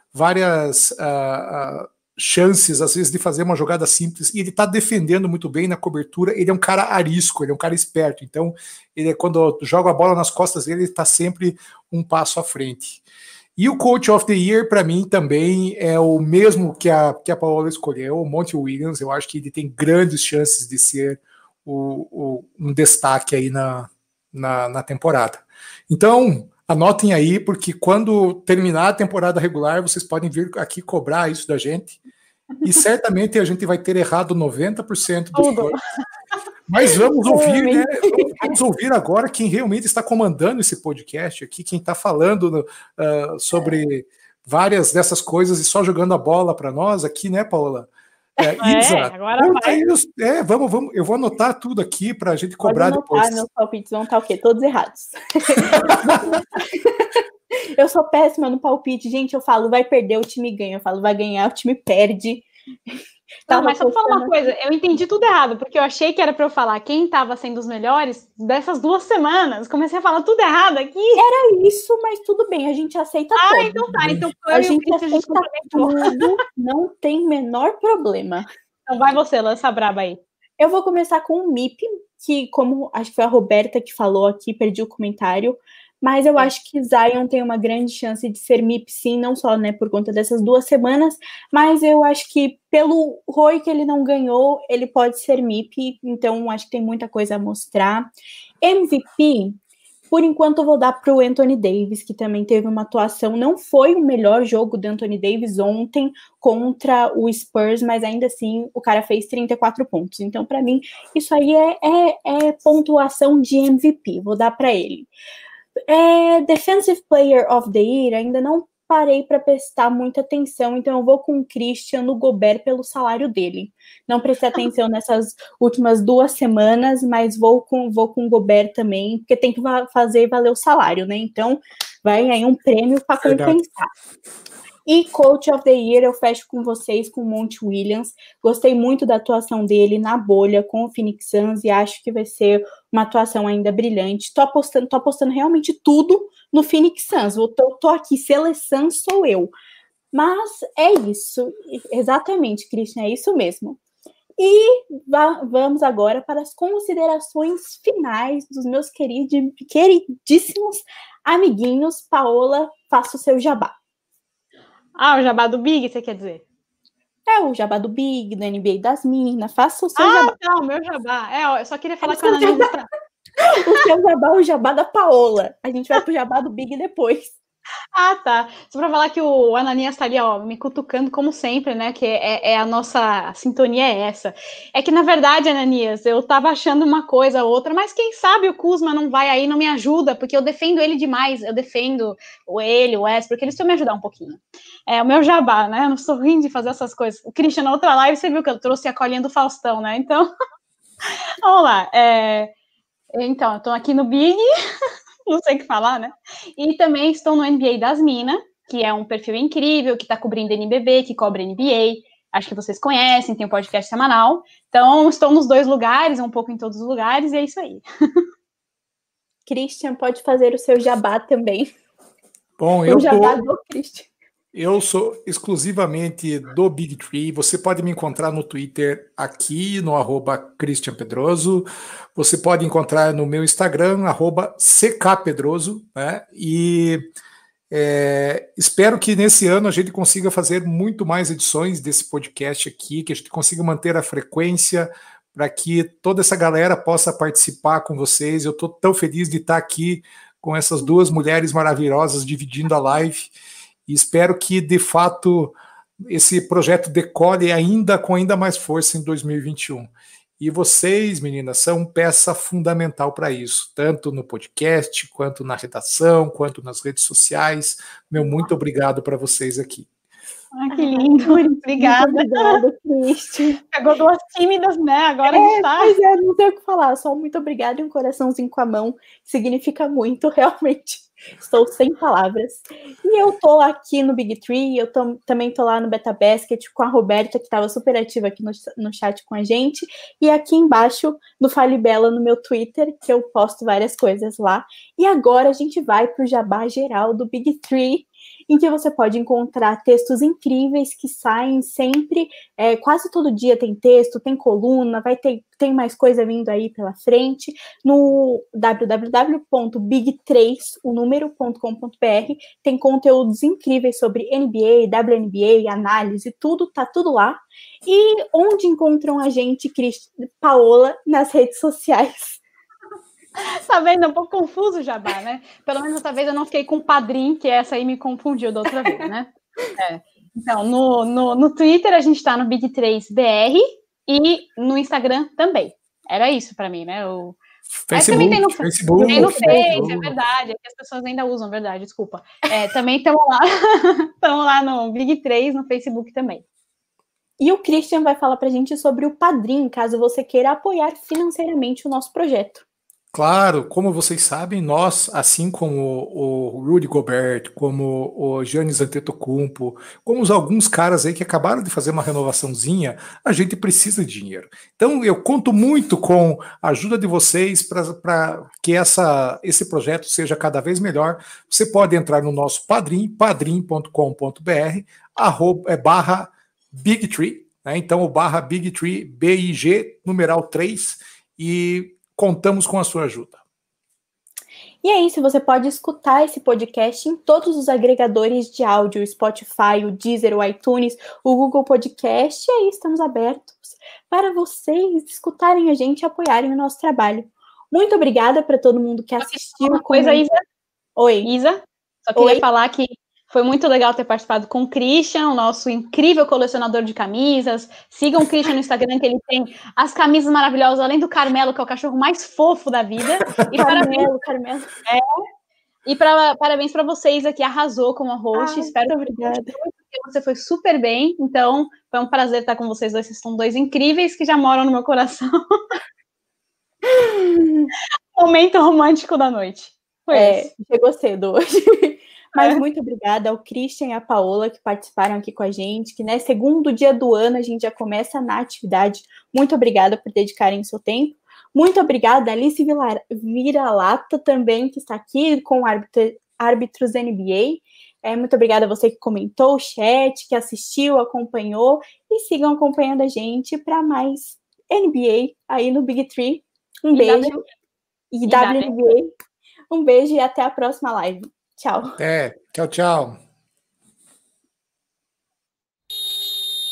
chances, às vezes, de fazer uma jogada simples. E ele está defendendo muito bem na cobertura. Ele é um cara arisco, ele é um cara esperto. Então, quando joga a bola nas costas dele, ele está sempre um passo à frente. E o Coach of the Year, para mim, também é o mesmo que a Paola escolheu, o Monty Williams. Eu acho que ele tem grandes chances de ser um destaque aí na temporada. Então, anotem aí, porque quando terminar a temporada regular, vocês podem vir aqui cobrar isso da gente. E certamente a gente vai ter errado 90% dos coisas. Mas vamos ouvir, né? Vamos ouvir agora quem realmente está comandando esse podcast aqui, quem está falando sobre várias dessas coisas e só jogando a bola para nós aqui, né, Paola? Isa, agora vai. Vamos, eu vou anotar tudo aqui para a gente cobrar depois. Meus palpites vão estar o quê? Todos errados. Eu sou péssima no palpite, gente. Eu falo, vai perder, o time ganha. Eu falo, vai ganhar, o time perde. Não, mas só pra falar uma coisa, eu entendi tudo errado, porque eu achei que era pra eu falar quem tava sendo os melhores dessas 2 semanas. Comecei a falar tudo errado aqui. Era isso, mas tudo bem, a gente aceita tudo. Então tá. Então a gente aceita tudo, não tem menor problema. Então vai você, lança a braba aí. Eu vou começar com o MIP, que como acho que foi a Roberta que falou aqui, perdi o comentário, mas eu acho que Zion tem uma grande chance de ser MIP, sim, não só, né, por conta dessas 2 semanas, mas eu acho que pelo ROI que ele não ganhou, ele pode ser MIP, então acho que tem muita coisa a mostrar. MVP, por enquanto eu vou dar para o Anthony Davis, que também teve uma atuação, não foi o melhor jogo do Anthony Davis ontem contra o Spurs, mas ainda assim o cara fez 34 pontos, então para mim isso aí é pontuação de MVP, vou dar para ele. Defensive Player of the Year, ainda não parei para prestar muita atenção, então eu vou com o Christian no Gobert pelo salário dele. Não prestei atenção nessas últimas 2 semanas, mas vou com o Gobert também, porque tem que fazer valer o salário, né? Então vai aí um prêmio para compensar. E Coach of the Year, eu fecho com vocês, com o Monty Williams. Gostei muito da atuação dele na bolha com o Phoenix Suns e acho que vai ser uma atuação ainda brilhante. Tô apostando realmente tudo no Phoenix Suns. Tô aqui, seleção sou eu. Mas é isso. Exatamente, Christian, é isso mesmo. E vamos agora para as considerações finais dos meus queridíssimos amiguinhos. Paola, faça o seu jabá. O jabá do Big, você quer dizer? O jabá do Big, da NBA das Minas, faça o seu jabá. Não, o meu jabá. Eu só queria falar que a Ananisa... O seu jabá é o jabá da Paola. A gente vai pro jabá do Big depois. Tá. Só pra falar que o Ananias tá ali, me cutucando como sempre, né? Que a nossa sintonia é essa. É que, na verdade, Ananias, eu tava achando uma coisa ou outra, mas quem sabe o Kuzma não vai aí, não me ajuda, porque eu defendo ele demais. Eu defendo o Wes, porque eles precisam me ajudar um pouquinho. É o meu jabá, né? Eu não sou ruim de fazer essas coisas. O Christian, na outra live, você viu que eu trouxe a colinha do Faustão, né? Então, vamos lá. Então, eu tô aqui no Big... Não sei o que falar, né? E também estou no NBA das Minas, que é um perfil incrível, que está cobrindo NBB, que cobre NBA. Acho que vocês conhecem, tem um podcast semanal. Então, estou nos 2 lugares, um pouco em todos os lugares, e é isso aí. Christian, pode fazer o seu jabá também. Bom, eu sou exclusivamente do Big Tree. Você pode me encontrar no Twitter aqui, no @ChristianPedroso. Você pode encontrar no meu Instagram, @CKPedroso, né? E espero que nesse ano a gente consiga fazer muito mais edições desse podcast aqui, que a gente consiga manter a frequência para que toda essa galera possa participar com vocês. Eu estou tão feliz de estar aqui com essas 2 mulheres maravilhosas dividindo a live. E espero que, de fato, esse projeto decole com ainda mais força em 2021. E vocês, meninas, são peça fundamental para isso, tanto no podcast, quanto na redação, quanto nas redes sociais. Muito obrigado para vocês aqui. Que lindo, obrigada. Obrigada, Cristi. Pegou 2 tímidas, né? Agora a gente tá... Pois não sei o que falar, só muito obrigada e um coraçãozinho com a mão, significa muito, realmente. Estou sem palavras. E eu tô aqui no Big Tree, também tô lá no Beta Basket com a Roberta, que estava super ativa aqui no chat com a gente, e aqui embaixo no Fale Bela no meu Twitter, que eu posto várias coisas lá. E agora a gente vai pro jabá geral do Big Tree, em que você pode encontrar textos incríveis que saem sempre, quase todo dia tem texto, tem coluna, tem mais coisa vindo aí pela frente, no www.big3.com.br, tem conteúdos incríveis sobre NBA, WNBA, análise, tá tudo lá. E onde encontram a gente, Paola, nas redes sociais? Tá vendo? É um pouco confuso o jabá, né? Pelo menos dessa vez eu não fiquei com o padrinho, que essa aí me confundiu da outra vez, né? Então, no Twitter a gente está no Big3BR e no Instagram também. Era isso para mim, né? Facebook, também tem no Facebook, tem no Face, é verdade, é que as pessoas ainda usam, verdade, desculpa. Também estamos lá no Big3, no Facebook também. E o Christian vai falar para a gente sobre o Padrim, caso você queira apoiar financeiramente o nosso projeto. Claro, como vocês sabem, nós, assim como o Rudy Gobert, como o Giannis Antetokounmpo, como alguns caras aí que acabaram de fazer uma renovaçãozinha, a gente precisa de dinheiro. Então, eu conto muito com a ajuda de vocês para que esse projeto seja cada vez melhor. Você pode entrar no nosso Padrim, padrim.com.br, /Bigtree, né? Então, o /Bigtree, BIG, numeral 3, e contamos com a sua ajuda. E é isso, você pode escutar esse podcast em todos os agregadores de áudio, o Spotify, o Deezer, o iTunes, o Google Podcast, e aí estamos abertos para vocês escutarem a gente e apoiarem o nosso trabalho. Muito obrigada para todo mundo que assistiu. Uma coisa, Isa. Oi. Isa, só queria falar que foi muito legal ter participado com o Christian, o nosso incrível colecionador de camisas. Sigam o Christian no Instagram, que ele tem as camisas maravilhosas, além do Carmelo, que é o cachorro mais fofo da vida. E Carmelo. E parabéns para vocês aqui, arrasou como host. Espero muito obrigada. Que você foi super bem. Então, foi um prazer estar com vocês dois. Vocês são dois incríveis que já moram no meu coração. Momento romântico da noite. Chegou cedo hoje. Mas muito obrigada ao Christian e à Paola que participaram aqui com a gente, que, né, segundo dia do ano a gente já começa na atividade. Muito obrigada por dedicarem o seu tempo. Muito obrigada a Alice Vira-Lata também, que está aqui com árbitros NBA. Muito obrigada a você que comentou o chat, que assistiu, acompanhou, e sigam acompanhando a gente para mais NBA aí no Big Tree. Um beijo. E WNBA. Um beijo e até a próxima live. Tchau. Tchau, tchau.